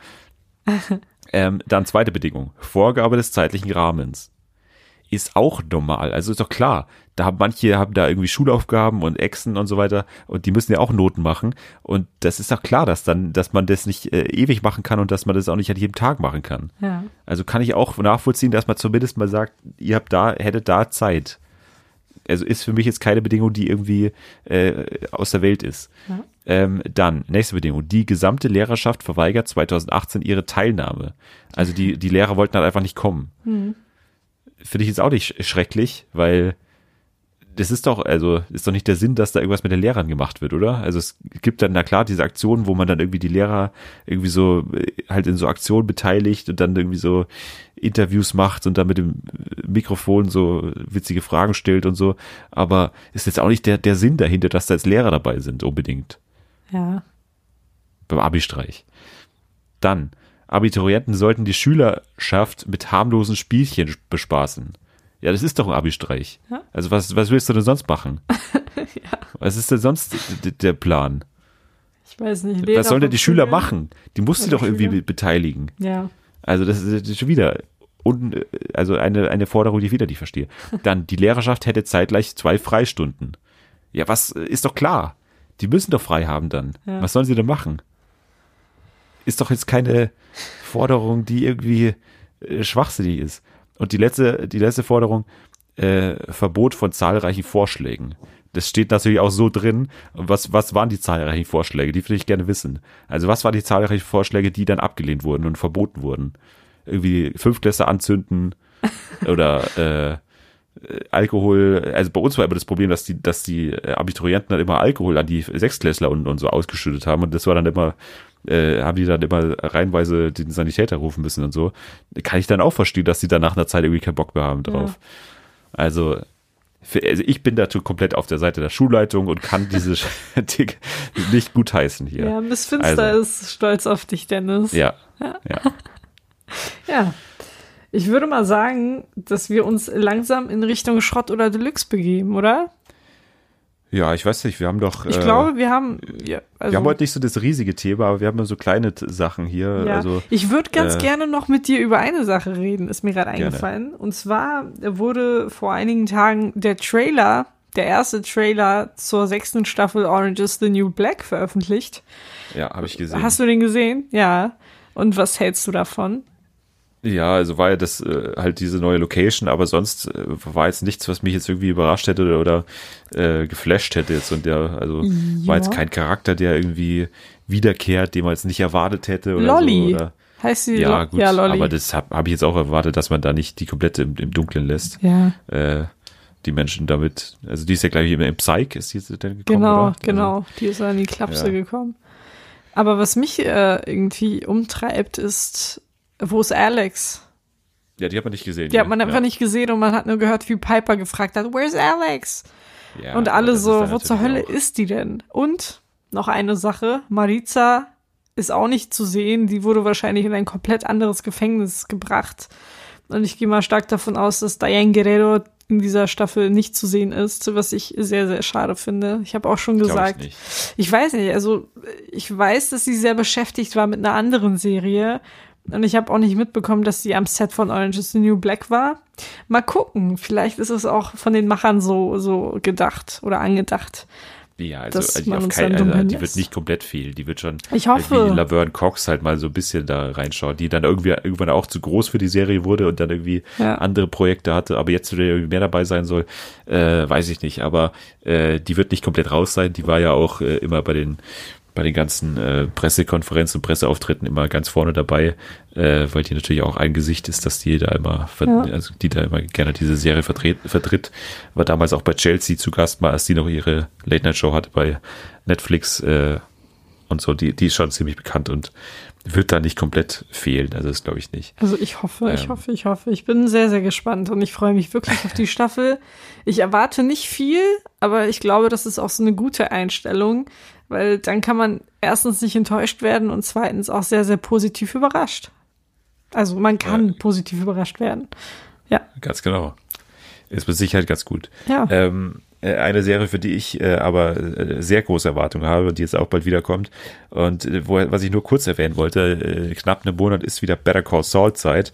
ähm, dann zweite Bedingung, Vorgabe des zeitlichen Rahmens. Ist auch normal, also ist doch klar, da haben manche haben da irgendwie Schulaufgaben und Exen und so weiter und die müssen ja auch Noten machen und das ist doch klar, dass dann, dass man das nicht äh, ewig machen kann und dass man das auch nicht an jedem Tag machen kann. Ja. Also kann ich auch nachvollziehen, dass man zumindest mal sagt, ihr habt da, hättet da Zeit. Also ist für mich jetzt keine Bedingung, die irgendwie äh, aus der Welt ist. Ja. Ähm, dann, nächste Bedingung, die gesamte Lehrerschaft verweigert zweitausendachtzehn ihre Teilnahme. Also die, die Lehrer wollten halt einfach nicht kommen. Mhm. Finde ich jetzt auch nicht schrecklich, weil das ist doch, also ist doch nicht der Sinn, dass da irgendwas mit den Lehrern gemacht wird, oder? Also es gibt dann, na klar, diese Aktionen, wo man dann irgendwie die Lehrer irgendwie so halt in so Aktionen beteiligt und dann irgendwie so Interviews macht und dann mit dem Mikrofon so witzige Fragen stellt und so. Aber ist jetzt auch nicht der, der Sinn dahinter, dass da jetzt Lehrer dabei sind, unbedingt. Ja. Beim Abi-Streich. Dann, Abiturienten sollten die Schülerschaft mit harmlosen Spielchen bespaßen. Ja, das ist doch ein Abi-Streich. Ja? Also was, was willst du denn sonst machen? Ja. Was ist denn sonst d- der Plan? Ich weiß nicht. Lehrer was sollen denn die Schüler machen? Die musst du doch irgendwie Schüler? beteiligen. Ja. Also das ist, das ist schon wieder un, also eine, eine Forderung, die ich wieder nicht verstehe. Dann, die Lehrerschaft hätte zeitgleich zwei Freistunden. Ja, was ist doch klar. Die müssen doch frei haben dann. Ja. Was sollen sie denn machen? Ist doch jetzt keine Forderung, die irgendwie äh, schwachsinnig ist. Und die letzte, die letzte Forderung, äh, Verbot von zahlreichen Vorschlägen. Das steht natürlich auch so drin. Was, was waren die zahlreichen Vorschläge? Die würde ich gerne wissen. Also was waren die zahlreichen Vorschläge, die dann abgelehnt wurden und verboten wurden? Irgendwie Fünftklässler anzünden oder äh, Alkohol. Also bei uns war immer das Problem, dass die, dass die Abiturienten dann immer Alkohol an die Sechstklässler und, und so ausgeschüttet haben. Und das war dann immer, äh, haben die dann immer reihenweise den Sanitäter rufen müssen und so. Kann ich dann auch verstehen, dass die dann nach einer Zeit irgendwie keinen Bock mehr haben drauf. Ja. Also, für, also ich bin dazu komplett auf der Seite der Schulleitung und kann diese Dinge nicht gutheißen hier. Ja, Miss Finster also, ist stolz auf dich, Dennis. Ja. Ja. Ja. Ja. Ich würde mal sagen, dass wir uns langsam in Richtung Schrott oder Deluxe begeben, oder? Ja, ich weiß nicht, wir haben doch. Ich äh, glaube, wir haben. Ja, also, wir haben heute nicht so das riesige Thema, aber wir haben so kleine t- Sachen hier. Ja. Also, ich würde ganz äh, gerne noch mit dir über eine Sache reden, ist mir gerade eingefallen. Und zwar wurde vor einigen Tagen der Trailer, der erste Trailer zur sechsten Staffel Orange is the New Black veröffentlicht. Ja, habe ich gesehen. Hast du den gesehen? Ja. Und was hältst du davon? Ja, also war ja das äh, halt diese neue Location, aber sonst äh, war jetzt nichts, was mich jetzt irgendwie überrascht hätte oder, oder äh, geflasht hätte jetzt. Und der, also ja. war jetzt kein Charakter, der irgendwie wiederkehrt, den man jetzt nicht erwartet hätte oder Lolli. so. Oder, heißt sie ja, Lo- gut, ja, Lolli. aber das habe hab ich jetzt auch erwartet, dass man da nicht die komplette im, im Dunklen lässt. Ja. Äh, die Menschen damit, also die ist ja gleich im, im Psych, ist die jetzt dann gekommen, Genau, oder? genau. Also, Die ist an die Klapse Ja. gekommen. Aber was mich äh, irgendwie umtreibt, ist, wo ist Alex? ja, die hat man nicht gesehen. Die hat man ja. einfach nicht gesehen und man hat nur gehört, wie Piper gefragt hat, where's Alex? Ja, und aber alle das ist so, dann wo zur Hölle natürlich auch- ist die denn? Und noch eine Sache, Maritza ist auch nicht zu sehen, die wurde wahrscheinlich in ein komplett anderes Gefängnis gebracht. Und ich gehe mal stark davon aus, dass Diane Guerrero in dieser Staffel nicht zu sehen ist, was ich sehr, sehr schade finde. Ich habe auch schon Glaub ich gesagt, nicht. ich weiß nicht, also ich weiß, dass sie sehr beschäftigt war mit einer anderen Serie und ich habe auch nicht mitbekommen, dass sie am Set von Orange is the New Black war. Mal gucken, vielleicht ist es auch von den Machern so, so gedacht oder angedacht. Ja, also, dass also man auf uns keinen, dann dumm also, die hinlässt. wird nicht komplett fehlen. Die wird schon Ich hoffe. wie Laverne Cox halt mal so ein bisschen da reinschauen, die dann irgendwie irgendwann auch zu groß für die Serie wurde und dann irgendwie Ja. andere Projekte hatte, aber jetzt wieder irgendwie mehr dabei sein soll, äh, weiß ich nicht. Aber äh, die wird nicht komplett raus sein. Die war ja auch äh, immer bei den bei den ganzen äh, Pressekonferenzen und Presseauftritten immer ganz vorne dabei, äh, weil die natürlich auch ein Gesicht ist, dass die da immer, ver- Ja. also die da immer gerne diese Serie vertritt, vertritt. War damals auch bei Chelsea zu Gast, mal als die noch ihre Late-Night-Show hatte bei Netflix äh, und so. Die, die ist schon ziemlich bekannt und wird da nicht komplett fehlen. Also das glaube ich nicht. Also ich hoffe, ich Ähm. hoffe, ich hoffe. Ich bin sehr, sehr gespannt und ich freue mich wirklich auf die Staffel. Ich erwarte nicht viel, aber ich glaube, das ist auch so eine gute Einstellung, weil dann kann man erstens nicht enttäuscht werden und zweitens auch sehr, sehr positiv überrascht. Also man kann Ja. positiv überrascht werden. Ja, Ganz genau. Ist mit Sicherheit ganz gut. ja. Ähm, äh, eine Serie, für die ich äh, aber äh, sehr große Erwartungen habe und die jetzt auch bald wiederkommt und äh, wo, was ich nur kurz erwähnen wollte, äh, knapp einen Monat ist wieder Better Call Saul Zeit,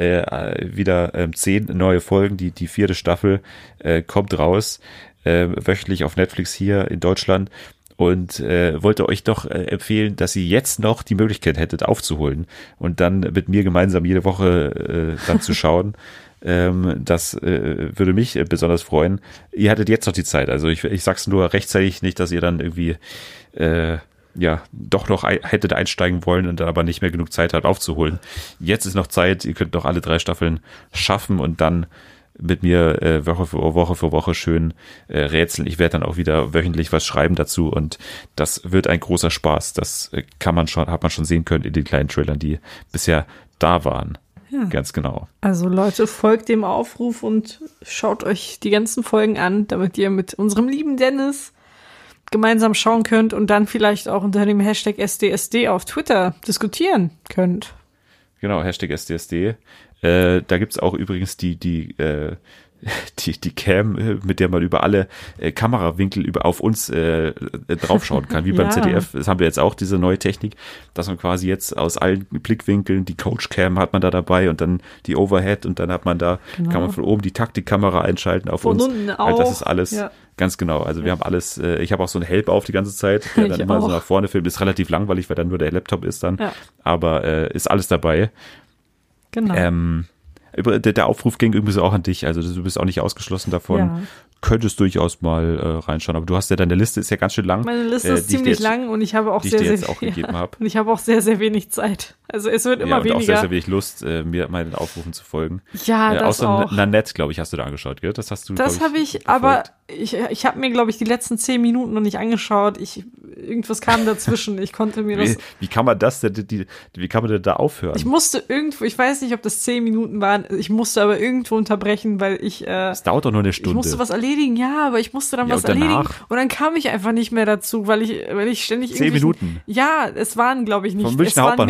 äh, wieder ähm, zehn neue Folgen, die, die vierte Staffel äh, kommt raus, äh, wöchentlich auf Netflix hier in Deutschland. Und äh, wollte euch doch äh, empfehlen, dass ihr jetzt noch die Möglichkeit hättet aufzuholen und dann mit mir gemeinsam jede Woche äh, dann zu schauen. Ähm, das äh, würde mich äh, besonders freuen. Ihr hattet jetzt noch die Zeit. Also ich, ich sag's nur rechtzeitig, nicht, dass ihr dann irgendwie äh, ja doch noch ein, hättet einsteigen wollen und dann aber nicht mehr genug Zeit habt aufzuholen. Jetzt ist noch Zeit. Ihr könnt noch alle drei Staffeln schaffen und dann mit mir äh, Woche für Woche für Woche schön äh, rätseln. Ich werde dann auch wieder wöchentlich was schreiben dazu und das wird ein großer Spaß. Das äh, kann man schon, hat man schon sehen können in den kleinen Trailern, die bisher da waren. Ja. Ganz genau. Also Leute, folgt dem Aufruf und schaut euch die ganzen Folgen an, damit ihr mit unserem lieben Dennis gemeinsam schauen könnt und dann vielleicht auch unter dem Hashtag S D S D auf Twitter diskutieren könnt. Genau, Hashtag S D S D. Äh, da gibt's auch übrigens die, die, äh, die, die Cam, äh, mit der man über alle äh, Kamerawinkel über auf uns äh, draufschauen kann, wie beim Ja. Z D F. Das haben wir jetzt auch, diese neue Technik, dass man quasi jetzt aus allen Blickwinkeln, die Coach Cam hat man da dabei und dann die Overhead und dann hat man da, Genau. kann man von oben die Taktikkamera einschalten auf Von uns. unten Halt, das auch. ist alles, Ja. ganz genau. Also wir haben alles, äh, ich habe auch so einen Help auf die ganze Zeit, der Ich dann immer so auch. nach vorne filmt. Ist relativ langweilig, weil dann nur der Laptop ist dann. Ja. Aber äh, ist alles dabei. Genau. Ähm, über- der, der Aufruf ging irgendwie so auch an dich, also du bist auch nicht ausgeschlossen davon. Ja. Könntest durchaus mal äh, reinschauen, aber du hast ja, deine Liste ist ja ganz schön lang. Meine Liste äh, ist die ich dir ziemlich jetzt, lang und ich habe auch die ich sehr, dir sehr jetzt auch ja. gegeben hab. Und ich habe auch sehr, sehr wenig Zeit. Also es wird Ja, immer und auch sehr, weniger. sehr wenig Lust, äh, mir meinen Aufrufen zu folgen. Ja, äh, das außer auch. Nanette, glaube ich, hast du da angeschaut, gell? Das hast du, Das glaub habe ich, verfolgt. aber ich, ich habe mir, glaube ich, die letzten zehn Minuten noch nicht angeschaut. Ich, irgendwas kam dazwischen. Ich konnte mir das. Wie, wie kann man das denn, die, die, wie kann man denn da aufhören? Ich musste irgendwo, ich weiß nicht, ob das zehn Minuten waren. Ich musste aber irgendwo unterbrechen, weil ich. Äh, das dauert doch nur eine Ich Stunde. musste was erledigen, ja, aber ich musste dann Ja, was und danach? erledigen und dann kam ich einfach nicht mehr dazu, weil ich, weil ich ständig Zehn irgendwelchen- Minuten? Ja, es waren, glaube ich, nicht. Vom Es Münchner waren Hauptbahnhof? mehr als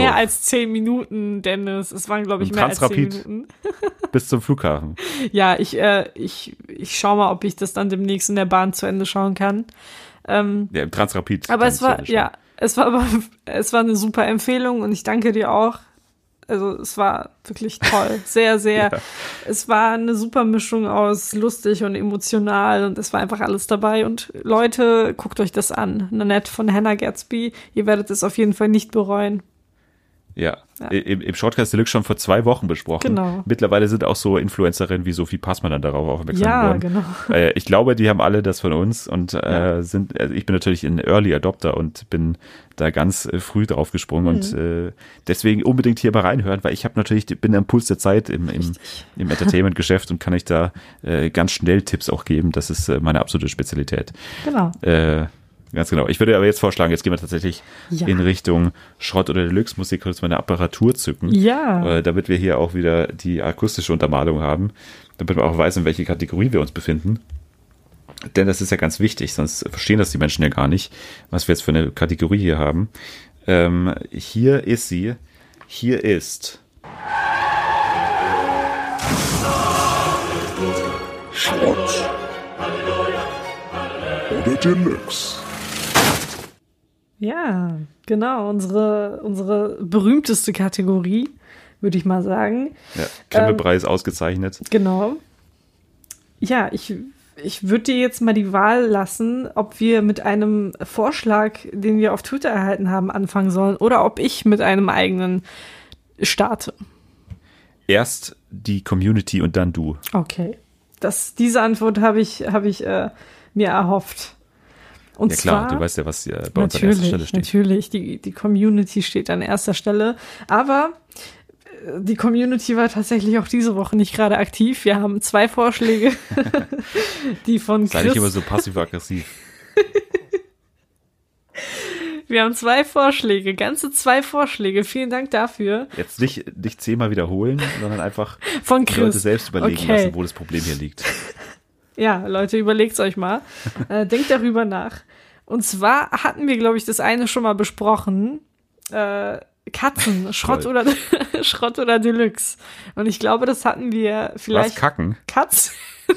zehn Minuten, Dennis. Es waren, glaube ich, Im mehr als zehn Transrapid. Minuten. Bis zum Flughafen. Ja, ich, äh, ich, ich schau mal, ob ich das dann demnächst in der Bahn zu Ende schauen kann. Ähm, Ja, im Transrapid. aber kann es ich zu war, Ende ja, schauen. es war aber, es war eine super Empfehlung und ich danke dir auch. Also es war wirklich toll, sehr, sehr. Ja. Es war eine super Mischung aus lustig und emotional und es war einfach alles dabei. Und Leute, guckt euch das an. Nanette von Hannah Gadsby, ihr werdet es auf jeden Fall nicht bereuen. Ja, Ja. Im, im Shortcast Deluxe schon vor zwei Wochen besprochen. Genau. Mittlerweile sind auch so Influencerinnen wie Sophie Passmann dann darauf aufmerksam Ja, geworden. genau. Äh, ich glaube, die haben alle das von uns und äh, Ja. sind, also ich bin natürlich ein Early Adopter und bin da ganz äh, früh drauf gesprungen Mhm. und äh, deswegen unbedingt hier mal reinhören, weil ich habe natürlich, bin am Puls der Zeit im, im, im Entertainment-Geschäft und kann euch da äh, ganz schnell Tipps auch geben. Das ist äh, meine absolute Spezialität. Genau. Äh, Ganz genau. Ich würde aber jetzt vorschlagen, jetzt gehen wir tatsächlich Ja. in Richtung Schrott oder Deluxe. Muss ich kurz meine Apparatur zücken, Ja. äh, damit wir hier auch wieder die akustische Untermalung haben, damit man auch weiß, in welche Kategorie wir uns befinden. Denn das ist ja ganz wichtig, sonst verstehen das die Menschen ja gar nicht, was wir jetzt für eine Kategorie hier haben. Ähm, hier ist sie. Hier ist Schrott oder Deluxe. Ja, genau. Unsere, unsere berühmteste Kategorie, würde ich mal sagen. ja, Grimme-Preis ausgezeichnet. Genau. Ja, ich, ich würde dir jetzt mal die Wahl lassen, ob wir mit einem Vorschlag, den wir auf Twitter erhalten haben, anfangen sollen oder ob ich mit einem eigenen starte. Erst die Community und dann du. Okay. Das, diese Antwort habe ich, habe ich äh, mir erhofft. Und Ja klar, zwar, du weißt ja, was hier bei uns an erster Stelle natürlich, steht. natürlich, die, die Community steht an erster Stelle. Aber äh, die Community war tatsächlich auch diese Woche nicht gerade aktiv. Wir haben zwei Vorschläge, die von Sei nicht immer Chris, so passiv-aggressiv. wir haben zwei Vorschläge, ganze zwei Vorschläge. Vielen Dank dafür. Jetzt nicht, nicht zehnmal wiederholen, sondern einfach Von die Leute Chris. selbst überlegen Okay. lassen, wo das Problem hier liegt. Ja, Leute, überlegt's euch mal. Äh, denkt darüber nach. Und zwar hatten wir, glaube ich, das eine schon mal besprochen. Äh, Katzen, Schrott Toll. oder Schrott oder Deluxe. Und ich glaube, das hatten wir Was, vielleicht. kacken? Katzen,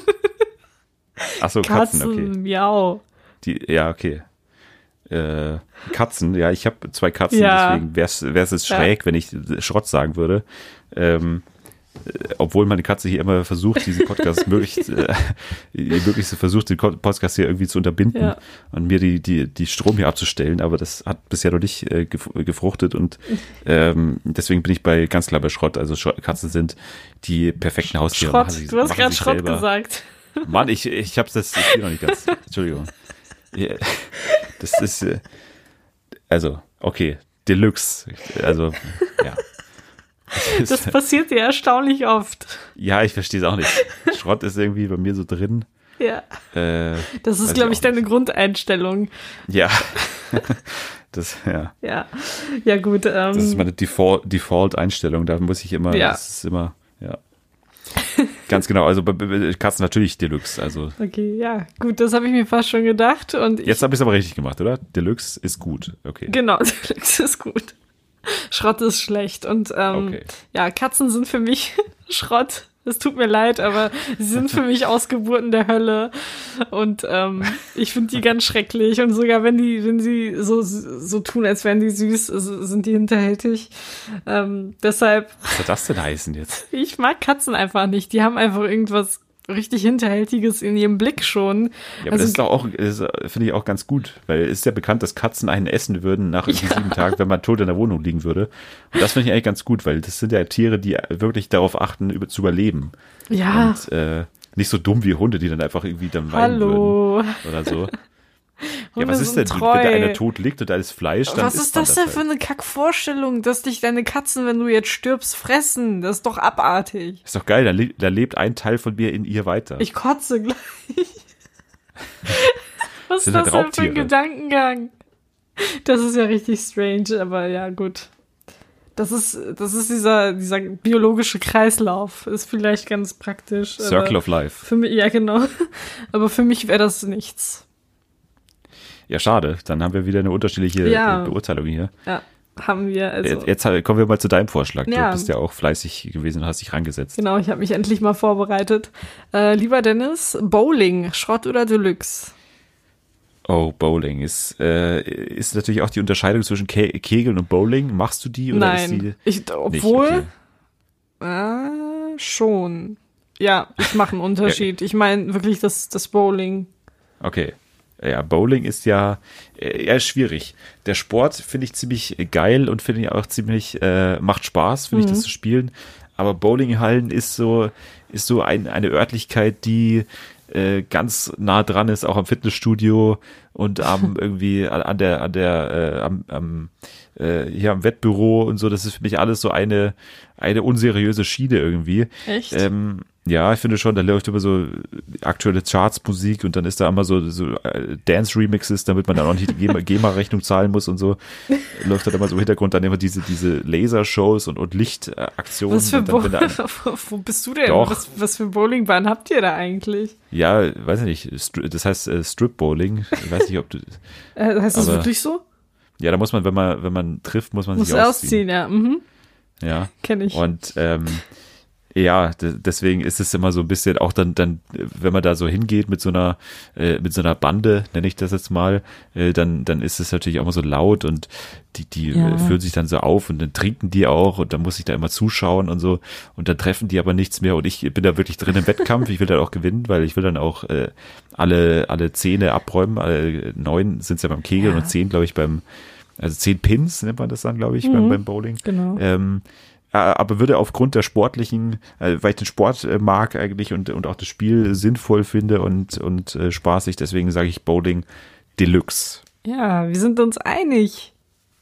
Achso, Katzen, Katzen, okay. miau. Die, ja, okay. Äh, Katzen, ja, ich habe zwei Katzen, Ja. deswegen wäre es jetzt Ja. schräg, wenn ich Schrott sagen würde. Ähm, äh, obwohl meine Katze hier immer versucht, diesen Podcast möglichst, äh, möglichst versucht, den Ko- Podcast hier irgendwie zu unterbinden Ja. und mir die, die, die Strom hier abzustellen, aber das hat bisher noch nicht äh, gef- gefruchtet und ähm, deswegen bin ich bei ganz klar bei Schrott. Also Schrott, Katzen sind die perfekten Haustiere. Schrott, Machen sie- du hast machen gerade sich Schrott selber. gesagt. Mann, ich, ich hab's das, ich bin noch nicht ganz, Entschuldigung. Ja, das ist, äh, also, okay, Deluxe, also, ja. Das Das ist, passiert dir erstaunlich oft. ja, ich verstehe es auch nicht. Schrott ist irgendwie bei mir so drin. Ja. Äh, Das weiß ist, glaube ich, auch deine nicht. Grundeinstellung. Ja. Das, ja. Ja. Ja, gut. Ähm, Das ist meine Default, Default-Einstellung. Da muss ich immer, Ja. das ist immer, ja. Ganz genau, also bei- bei Katzen natürlich Deluxe. Also okay, ja. Gut, das habe ich mir fast schon gedacht. Und ich, jetzt habe ich es aber richtig gemacht, oder? Deluxe ist gut. Okay. Genau, Deluxe ist gut. Schrott ist schlecht. Und ähm, Okay. ja, Katzen sind für mich Schrott. Es tut mir leid, aber sie sind für mich Ausgeburten der Hölle. Und ähm, ich finde die ganz schrecklich. Und sogar wenn die, wenn sie so, so tun, als wären die süß, so- sind die hinterhältig. Ähm, deshalb, Was soll das denn heißen jetzt? ich mag Katzen einfach nicht. Die haben einfach irgendwas richtig Hinterhältiges in ihrem Blick schon. Ja, aber Also- das ist doch auch, das finde ich auch ganz gut, weil es ist ja bekannt, dass Katzen einen essen würden nach irgendwie Ja. sieben Tagen, wenn man tot in der Wohnung liegen würde. Und das finde ich eigentlich ganz gut, weil das sind ja Tiere, die wirklich darauf achten, über, zu überleben. Ja, Und äh, nicht so dumm wie Hunde, die dann einfach irgendwie dann weinen hallo. würden oder so. Ja, Hunde was ist sind denn, treu. wenn da einer tot liegt und da ist Fleisch, dann Was isst ist man das denn halt. für eine Kackvorstellung, dass dich deine Katzen, wenn du jetzt stirbst, fressen? Das ist doch abartig. Ist doch geil, da, le da lebt ein Teil von mir in ihr weiter. Ich kotze gleich. Was ist Sind das halt denn für ein Raubtiere. Gedankengang? Das ist ja richtig strange, aber ja, gut. Das ist, das ist dieser, dieser biologische Kreislauf. Ist vielleicht ganz praktisch. Circle aber of Life. für mich, ja, genau. Aber für mich wäre das nichts. Ja, schade. Dann haben wir wieder eine unterschiedliche Ja. äh, Beurteilung hier. Ja. haben wir. Also. Jetzt, jetzt kommen wir mal zu deinem Vorschlag. Ja. Du bist ja auch fleißig gewesen und hast dich rangesetzt. Genau, ich habe mich endlich mal vorbereitet. Äh, lieber Dennis, Bowling, Schrott oder Deluxe? Oh, Bowling ist, äh, ist natürlich auch die Unterscheidung zwischen Ke- Kegeln und Bowling. Machst du die oder ist die Nein, ich, obwohl, okay. äh, schon. Ja, ich mache einen Unterschied. Ich meine wirklich das, das Bowling. Okay. Ja, Bowling ist ja äh, eher schwierig. Der Sport finde ich ziemlich geil und finde ich auch ziemlich, äh, macht Spaß, finde Mhm. ich, das zu spielen. Aber Bowlinghallen ist so, ist so ein, eine Örtlichkeit, die äh, ganz nah dran ist, auch am Fitnessstudio und am irgendwie an an der, an der, äh, am, am äh, hier am Wettbüro und so. Das ist für mich alles so eine, eine unseriöse Schiene irgendwie. Echt? Ähm, ja, ich finde schon, da läuft immer so aktuelle Charts-Musik und dann ist da immer so, so äh, Dance-Remixes, damit man dann auch nicht die GEMA- GEMA-Rechnung zahlen muss und so. Läuft dann immer so im Hintergrund dann immer diese, diese Lasershows und, und Lichtaktionen. Was für und dann, Bo- wenn da- Wo bist du denn? Doch. Was, was für Bowlingbahn habt ihr da eigentlich? ja, weiß ich nicht, Stri- das heißt äh, Strip-Bowling. Ich weiß nicht, ob du, Äh, heißt das Aber- wirklich so? ja, da muss man, wenn man, wenn man trifft, muss man Muss sich ausziehen. ausziehen, ja. Mhm. Ja. Kenn ich. Und ähm, ja, d- deswegen ist es immer so ein bisschen auch dann, dann, äh, wenn man da so hingeht mit so einer, äh, mit so einer Bande, nenne ich das jetzt mal, äh, dann, dann ist es natürlich auch immer so laut und die, die Ja. äh, führen sich dann so auf und dann trinken die auch und dann muss ich da immer zuschauen und so und dann treffen die aber nichts mehr und ich bin da wirklich drin im Wettkampf, ich will dann auch gewinnen, weil ich will dann auch äh, alle, alle Zähne abräumen, alle neun sind es ja beim Kegeln Ja. und zehn, glaube ich, beim, also zehn Pins nennt man das dann, glaube ich, Mhm. beim, beim Bowling. Genau. Ähm, äh, aber würde aufgrund der sportlichen, äh, weil ich den Sport äh, mag eigentlich und, und auch das Spiel sinnvoll finde und, und äh, spaßig, deswegen sage ich Bowling Deluxe. Ja, wir sind uns einig.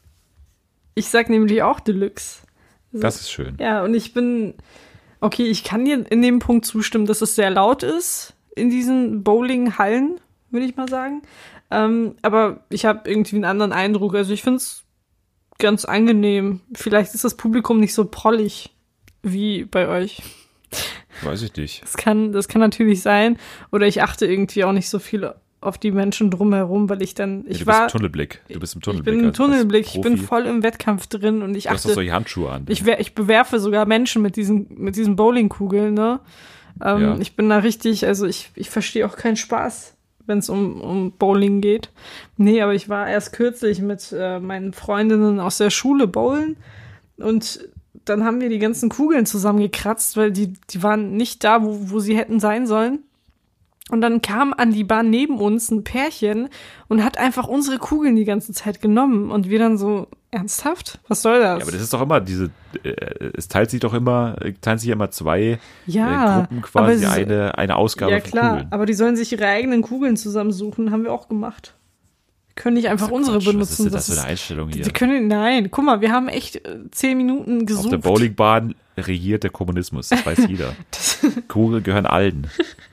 Ich sag nämlich auch Deluxe. Also, Das ist schön. Ja, und ich bin, okay, ich kann dir in dem Punkt zustimmen, dass es sehr laut ist in diesen Bowlinghallen, würde ich mal sagen. Ähm, aber ich habe irgendwie einen anderen Eindruck. Also ich finde es ganz angenehm. Vielleicht ist das Publikum nicht so prollig wie bei euch. Weiß ich nicht. Das kann, das kann natürlich sein. Oder ich achte irgendwie auch nicht so viel auf die Menschen drumherum, weil ich dann, Ja, ich du war, bist im Tunnelblick. Du bist im ich Tunnelblick. bin im als- als Tunnelblick, ich bin Profi. voll im Wettkampf drin und ich Du hast doch achte, solche Handschuhe an. ich, wer- ich bewerfe sogar Menschen mit diesen, mit diesen Bowlingkugeln, ne? Ähm, Ja. Ich bin da richtig, also ich, ich verstehe auch keinen Spaß, wenn es um, um Bowling geht. Nee, aber ich war erst kürzlich mit äh, meinen Freundinnen aus der Schule bowlen und dann haben wir die ganzen Kugeln zusammengekratzt, weil die, die waren nicht da, wo, wo sie hätten sein sollen. Und dann kam an die Bahn neben uns ein Pärchen und hat einfach unsere Kugeln die ganze Zeit genommen. Und wir dann so, ernsthaft? Was soll das? Ja, aber das ist doch immer diese, äh, es teilt sich doch immer, äh, teilen sich ja immer zwei Ja, äh, Gruppen aber quasi es- eine, eine Ausgabe ja von klar, Kugeln. aber die sollen sich ihre eigenen Kugeln zusammensuchen, haben wir auch gemacht. Wir können nicht einfach Das ist unsere Quatsch. benutzen. Was ist denn das für eine Einstellung hier? wir können, nein, guck mal, wir haben echt äh, zehn Minuten Auf gesucht. der Bowlingbahn regiert der Kommunismus, das weiß jeder. Kugeln gehören allen.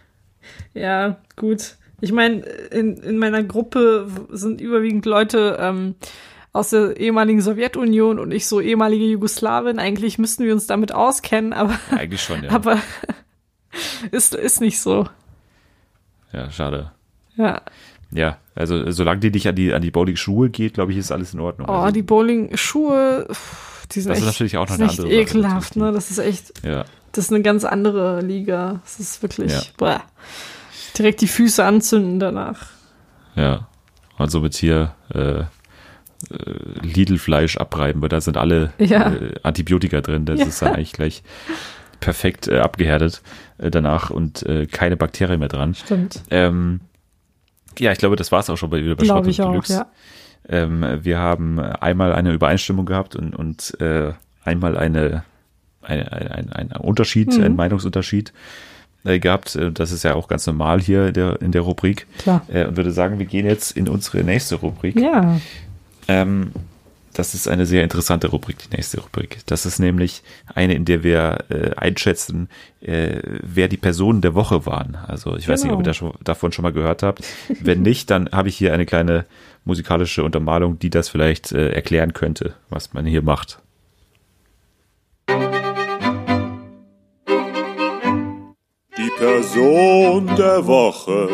Ja, gut. Ich meine, in, in meiner Gruppe sind überwiegend Leute ähm, aus der ehemaligen Sowjetunion und ich so ehemalige Jugoslawin. Eigentlich müssten wir uns damit auskennen, aber, Eigentlich schon, ja. aber ist, ist nicht so. Ja, schade. Ja. Ja, also solange die nicht an die, an die Bowling-Schuhe geht, glaube ich, ist alles in Ordnung. Oh, also, die Bowling-Schuhe, pff, die sind Das ist echt, natürlich auch noch die eine sind andere echt Sache, ekelhaft, natürlich. ne? Das ist echt, ja. das ist eine ganz andere Liga. Das ist wirklich, Ja. boah, direkt die Füße anzünden danach. Ja, und somit hier äh, äh, Lidl-Fleisch abreiben, weil da sind alle Ja. äh, Antibiotika drin. Das Ja. ist dann eigentlich gleich perfekt äh, abgehärtet äh, danach und äh, keine Bakterien mehr dran. Stimmt. Ähm, ja, ich glaube, das war es auch schon bei, wieder bei Glaube Schrott ich und auch, Deluxe. ja. Ähm, wir haben einmal eine Übereinstimmung gehabt und, und äh, einmal eine, eine, ein, ein, ein Unterschied, Mhm. einen Meinungsunterschied äh, gehabt. Äh, Das ist ja auch ganz normal hier in der, in der Rubrik. Klar. Äh, und würde sagen, wir gehen jetzt in unsere nächste Rubrik. Ja. Ähm, das ist eine sehr interessante Rubrik, die nächste Rubrik. Das ist nämlich eine, in der wir äh, einschätzen, äh, wer die Personen der Woche waren. Also ich weiß nicht, ob ihr Genau. da schon, davon schon mal gehört habt. Wenn nicht, dann habe ich hier eine kleine musikalische Untermalung, die das vielleicht äh, erklären könnte, was man hier macht. Die Person der Woche.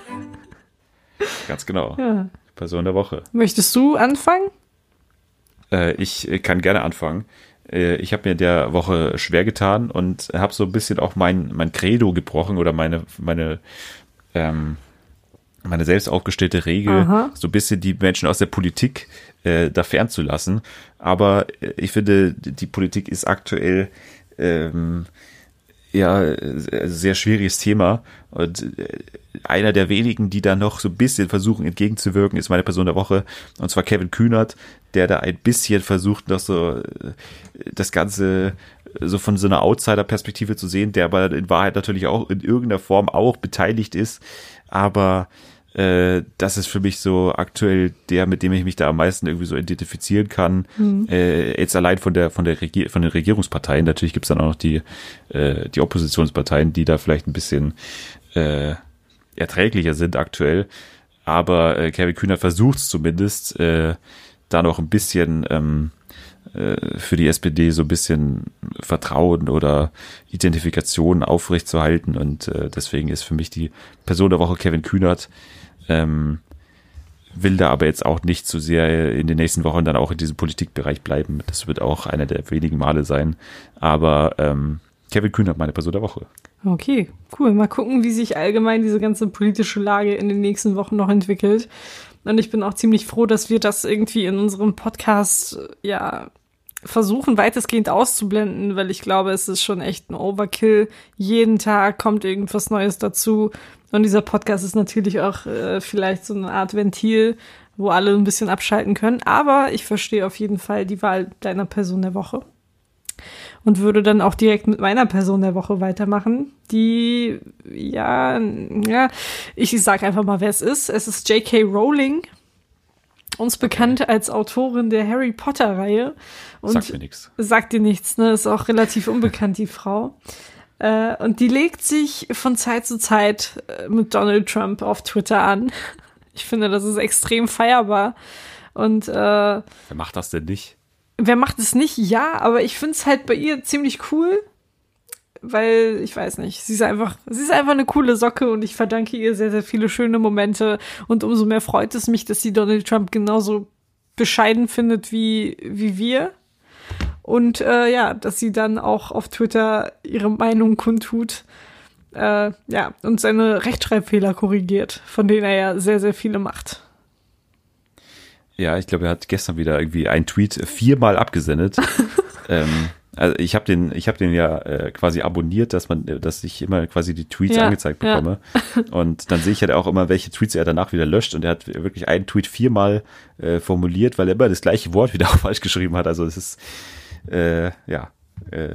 Ganz genau. Ja. Person der Woche. Möchtest du anfangen? Äh, ich kann gerne anfangen. Äh, ich habe mir in der Woche schwer getan und habe so ein bisschen auch mein, mein Credo gebrochen oder meine, meine, ähm, meine selbst aufgestellte Regel, Aha. so ein bisschen die Menschen aus der Politik äh, da fernzulassen. Aber äh, ich finde, die Politik ist aktuell ähm, ja, sehr schwieriges Thema und einer der wenigen, die da noch so ein bisschen versuchen entgegenzuwirken, ist meine Person der Woche, und zwar Kevin Kühnert, der da ein bisschen versucht, noch so das Ganze so von so einer Outsider-Perspektive zu sehen, der aber in Wahrheit natürlich auch in irgendeiner Form auch beteiligt ist, aber Äh, das ist für mich so aktuell der, mit dem ich mich da am meisten irgendwie so identifizieren kann. Mhm. Äh, jetzt allein von der von der Regier- von den Regierungsparteien. Natürlich gibt's dann auch noch die äh, die Oppositionsparteien, die da vielleicht ein bisschen äh, erträglicher sind aktuell. Aber äh, Kevin Kühnert versucht es zumindest, äh, da noch ein bisschen ähm, äh, für die S P D so ein bisschen Vertrauen oder Identifikation aufrechtzuerhalten. Und äh, deswegen ist für mich die Person der Woche Kevin Kühnert. Ähm, will da aber jetzt auch nicht zu so sehr in den nächsten Wochen dann auch in diesem Politikbereich bleiben. Das wird auch einer der wenigen Male sein. Aber ähm, Kevin Kühnert, meine Person der Woche. Okay, cool. Mal gucken, wie sich allgemein diese ganze politische Lage in den nächsten Wochen noch entwickelt. Und ich bin auch ziemlich froh, dass wir das irgendwie in unserem Podcast ja versuchen, weitestgehend auszublenden, weil ich glaube, es ist schon echt ein Overkill. Jeden Tag kommt irgendwas Neues dazu. Und dieser Podcast ist natürlich auch äh, vielleicht so eine Art Ventil, wo alle ein bisschen abschalten können. Aber ich verstehe auf jeden Fall die Wahl deiner Person der Woche. Und würde dann auch direkt mit meiner Person der Woche weitermachen, die, ja, ja, ich sag einfach mal, wer es ist. Es ist J K Rowling, uns bekannt als Autorin der Harry Potter-Reihe. Und sagt mir nichts. Sagt dir nichts, ne? Ist auch relativ unbekannt, die Frau. Äh, und die legt sich von Zeit zu Zeit mit Donald Trump auf Twitter an. Ich finde, das ist extrem feierbar. Und äh, wer macht das denn nicht? Wer macht es nicht? Ja, aber ich finde es halt bei ihr ziemlich cool, weil, ich weiß nicht, sie ist einfach, sie ist einfach eine coole Socke und ich verdanke ihr sehr, sehr viele schöne Momente und umso mehr freut es mich, dass sie Donald Trump genauso bescheiden findet wie, wie wir und äh, ja, dass sie dann auch auf Twitter ihre Meinung kundtut, äh, ja, und seine Rechtschreibfehler korrigiert, von denen er ja sehr, sehr viele macht. Ja, ich glaube, er hat gestern wieder irgendwie einen Tweet viermal abgesendet. ähm, also ich habe den, ich habe den ja äh, quasi abonniert, dass man, dass ich immer quasi die Tweets ja, angezeigt bekomme. Ja. Und dann sehe ich halt auch immer, welche Tweets er danach wieder löscht. Und er hat wirklich einen Tweet viermal äh, formuliert, weil er immer das gleiche Wort wieder auch falsch geschrieben hat. Also es ist äh, ja. Äh,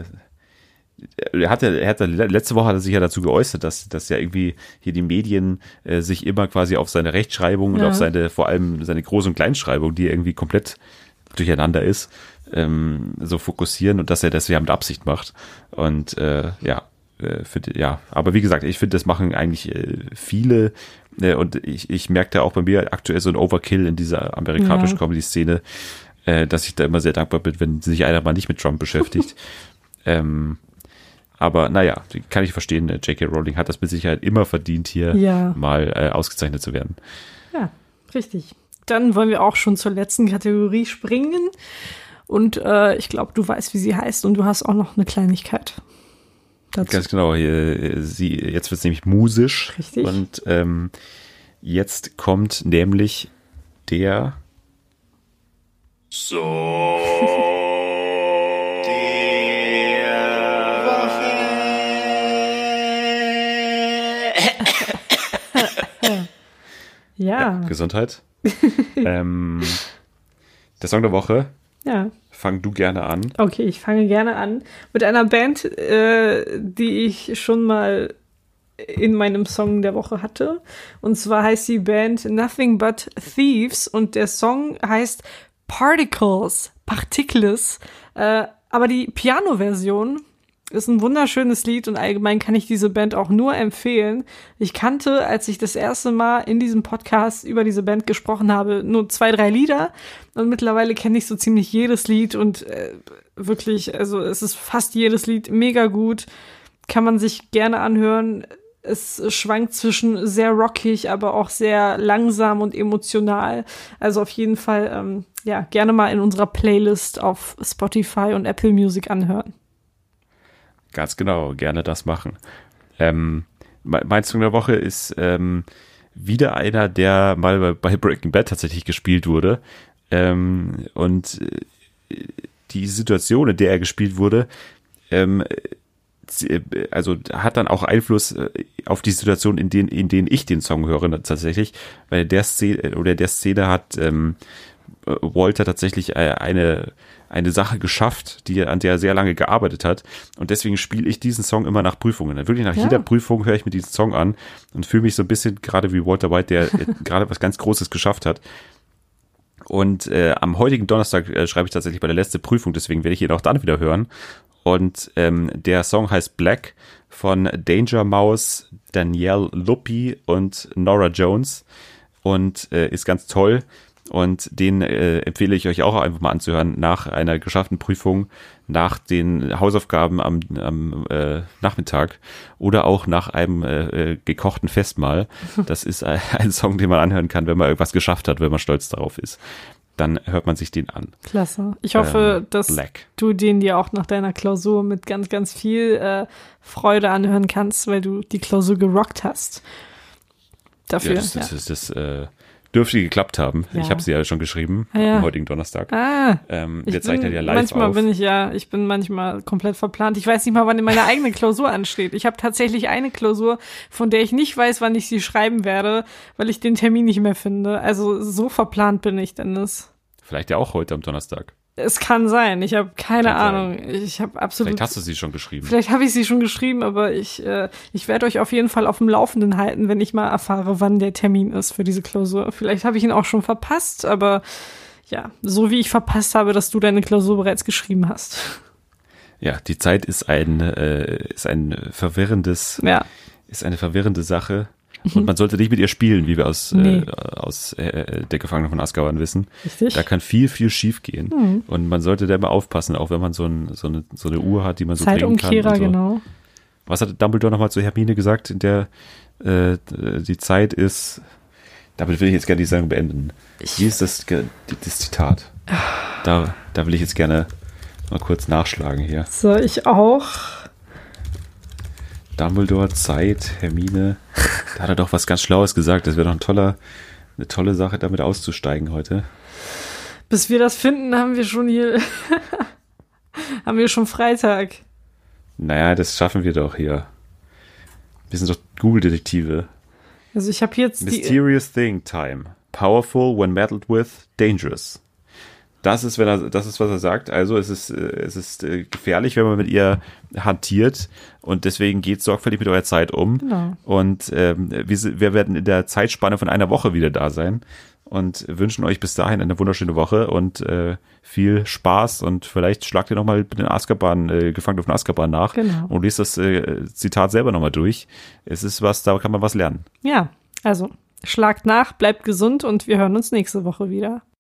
Er hatte, er hatte, letzte Woche hat er sich ja dazu geäußert, dass, dass ja irgendwie hier die Medien äh, sich immer quasi auf seine Rechtschreibung ja. und auf seine, vor allem seine Groß- und Kleinschreibung, die irgendwie komplett durcheinander ist, ähm, so fokussieren und dass er das ja mit Absicht macht. Und äh, ja, äh, für die, ja, aber wie gesagt, ich finde, das machen eigentlich äh, viele äh, und ich, ich merke da auch bei mir aktuell so ein Overkill in dieser amerikanischen ja. Comedy-Szene, äh, dass ich da immer sehr dankbar bin, wenn sich einer mal nicht mit Trump beschäftigt. ähm, Aber naja, kann ich verstehen, J K Rowling hat das mit Sicherheit immer verdient, hier ja. mal äh, ausgezeichnet zu werden. Ja, richtig. Dann wollen wir auch schon zur letzten Kategorie springen. Und äh, ich glaube, du weißt, wie sie heißt und du hast auch noch eine Kleinigkeit dazu. Ganz genau. Hier, sie, jetzt wird es nämlich musisch. Richtig. Und ähm, jetzt kommt nämlich der So. Ja. ja. Gesundheit. ähm, der Song der Woche. Ja. Fang du gerne an. Okay, ich fange gerne an mit einer Band, äh, die ich schon mal in meinem Song der Woche hatte. Und zwar heißt die Band Nothing But Thieves und der Song heißt Particles, Particles. Äh, aber die Piano-Version ist ein wunderschönes Lied und allgemein kann ich diese Band auch nur empfehlen. Ich kannte, als ich das erste Mal in diesem Podcast über diese Band gesprochen habe, nur zwei, drei Lieder und mittlerweile kenne ich so ziemlich jedes Lied und äh, wirklich, also es ist fast jedes Lied mega gut, kann man sich gerne anhören. es schwankt zwischen sehr rockig, aber auch sehr langsam und emotional. Also auf jeden Fall, ähm, ja, gerne mal in unserer Playlist auf Spotify und Apple Music anhören. Ganz genau, gerne das machen. Ähm, mein Song der Woche ist ähm, wieder einer, der mal bei Breaking Bad tatsächlich gespielt wurde. Ähm, und die Situation, in der er gespielt wurde, ähm, also hat dann auch Einfluss auf die Situation, in denen, in denen ich den Song höre tatsächlich, weil der Szene oder der Szene hat ähm, Walter tatsächlich eine eine Sache geschafft, die an der er sehr lange gearbeitet hat, und deswegen spiele ich diesen Song immer nach Prüfungen. Wirklich nach ja. jeder Prüfung höre ich mir diesen Song an und fühle mich so ein bisschen gerade wie Walter White, der gerade was ganz Großes geschafft hat. Und äh, am heutigen Donnerstag äh, schreibe ich tatsächlich bei der letzten Prüfung, deswegen werde ich ihn auch dann wieder hören. Und ähm, der Song heißt Black von Danger Mouse, Danielle Luppi und Nora Jones und äh, ist ganz toll. Und den äh, empfehle ich euch auch einfach mal anzuhören nach einer geschafften Prüfung, nach den Hausaufgaben am, am äh, Nachmittag oder auch nach einem äh, gekochten Festmahl. Das ist ein, ein Song, den man anhören kann, wenn man irgendwas geschafft hat, wenn man stolz darauf ist. Dann hört man sich den an. Klasse. Ich hoffe, ähm, dass Black. du den dir auch nach deiner Klausur mit ganz, ganz viel äh, Freude anhören kannst, weil du die Klausur gerockt hast. Dafür, ja, das, ja. das, das, das äh, dürfte geklappt haben. Ja. Ich habe sie ja schon geschrieben, ah, ja. am heutigen Donnerstag. Ah, ähm, ich wir zeichnen ja live manchmal auf. bin ich ja, ich bin manchmal komplett verplant. Ich weiß nicht mal, wann meine eigene Klausur ansteht. Ich habe tatsächlich eine Klausur, von der ich nicht weiß, wann ich sie schreiben werde, weil ich den Termin nicht mehr finde. Also so verplant bin ich, Dennis. Vielleicht ja auch heute am Donnerstag. Es kann sein. Ich habe keine Kann Ahnung. sein. Ich habe absolut. Vielleicht hast du sie schon geschrieben. Vielleicht habe ich sie schon geschrieben, aber ich, äh, ich werde euch auf jeden Fall auf dem Laufenden halten, wenn ich mal erfahre, wann der Termin ist für diese Klausur. Vielleicht habe ich ihn auch schon verpasst, aber ja, so wie ich verpasst habe, dass du deine Klausur bereits geschrieben hast. Ja, die Zeit ist ein äh, ist ein verwirrendes, ja. ist eine verwirrende Sache. Und man sollte nicht mit ihr spielen, wie wir aus, nee. äh, aus äh, der Gefangenen von Azkaban wissen. Richtig. Da kann viel, viel schief gehen. Mhm. Und man sollte da immer aufpassen, auch wenn man so, ein, so, eine, so eine Uhr hat, die man so drehen kann. Zeitumkehrer, so. genau. Was hat Dumbledore nochmal zu Hermine gesagt, in der äh, die Zeit ist, damit will ich jetzt gerne die Sendung beenden. Wie ist das, das Zitat? Da, da will ich jetzt gerne mal kurz nachschlagen hier. So, ich auch. Dumbledore, Zeit, Hermine. Da hat er doch was ganz Schlaues gesagt. Das wäre doch ein toller, eine tolle Sache, damit auszusteigen heute. Bis wir das finden, haben wir schon hier, haben wir schon Freitag. Naja, das schaffen wir doch hier. Wir sind doch Google-Detektive. Also ich habe jetzt Mysterious die thing time. Powerful when meddled with, dangerous. Das ist, wenn er, das ist, was er sagt. Also es ist, es ist gefährlich, wenn man mit ihr hantiert, und deswegen geht sorgfältig mit eurer Zeit um. Genau. Und ähm, wir, wir werden in der Zeitspanne von einer Woche wieder da sein und wünschen euch bis dahin eine wunderschöne Woche und äh, viel Spaß, und vielleicht schlagt ihr nochmal mit den Azkaban, äh, Gefangenen von Azkaban nach genau. und lest das äh, Zitat selber nochmal durch. Es ist was, da kann man was lernen. Ja, also schlagt nach, bleibt gesund und wir hören uns nächste Woche wieder.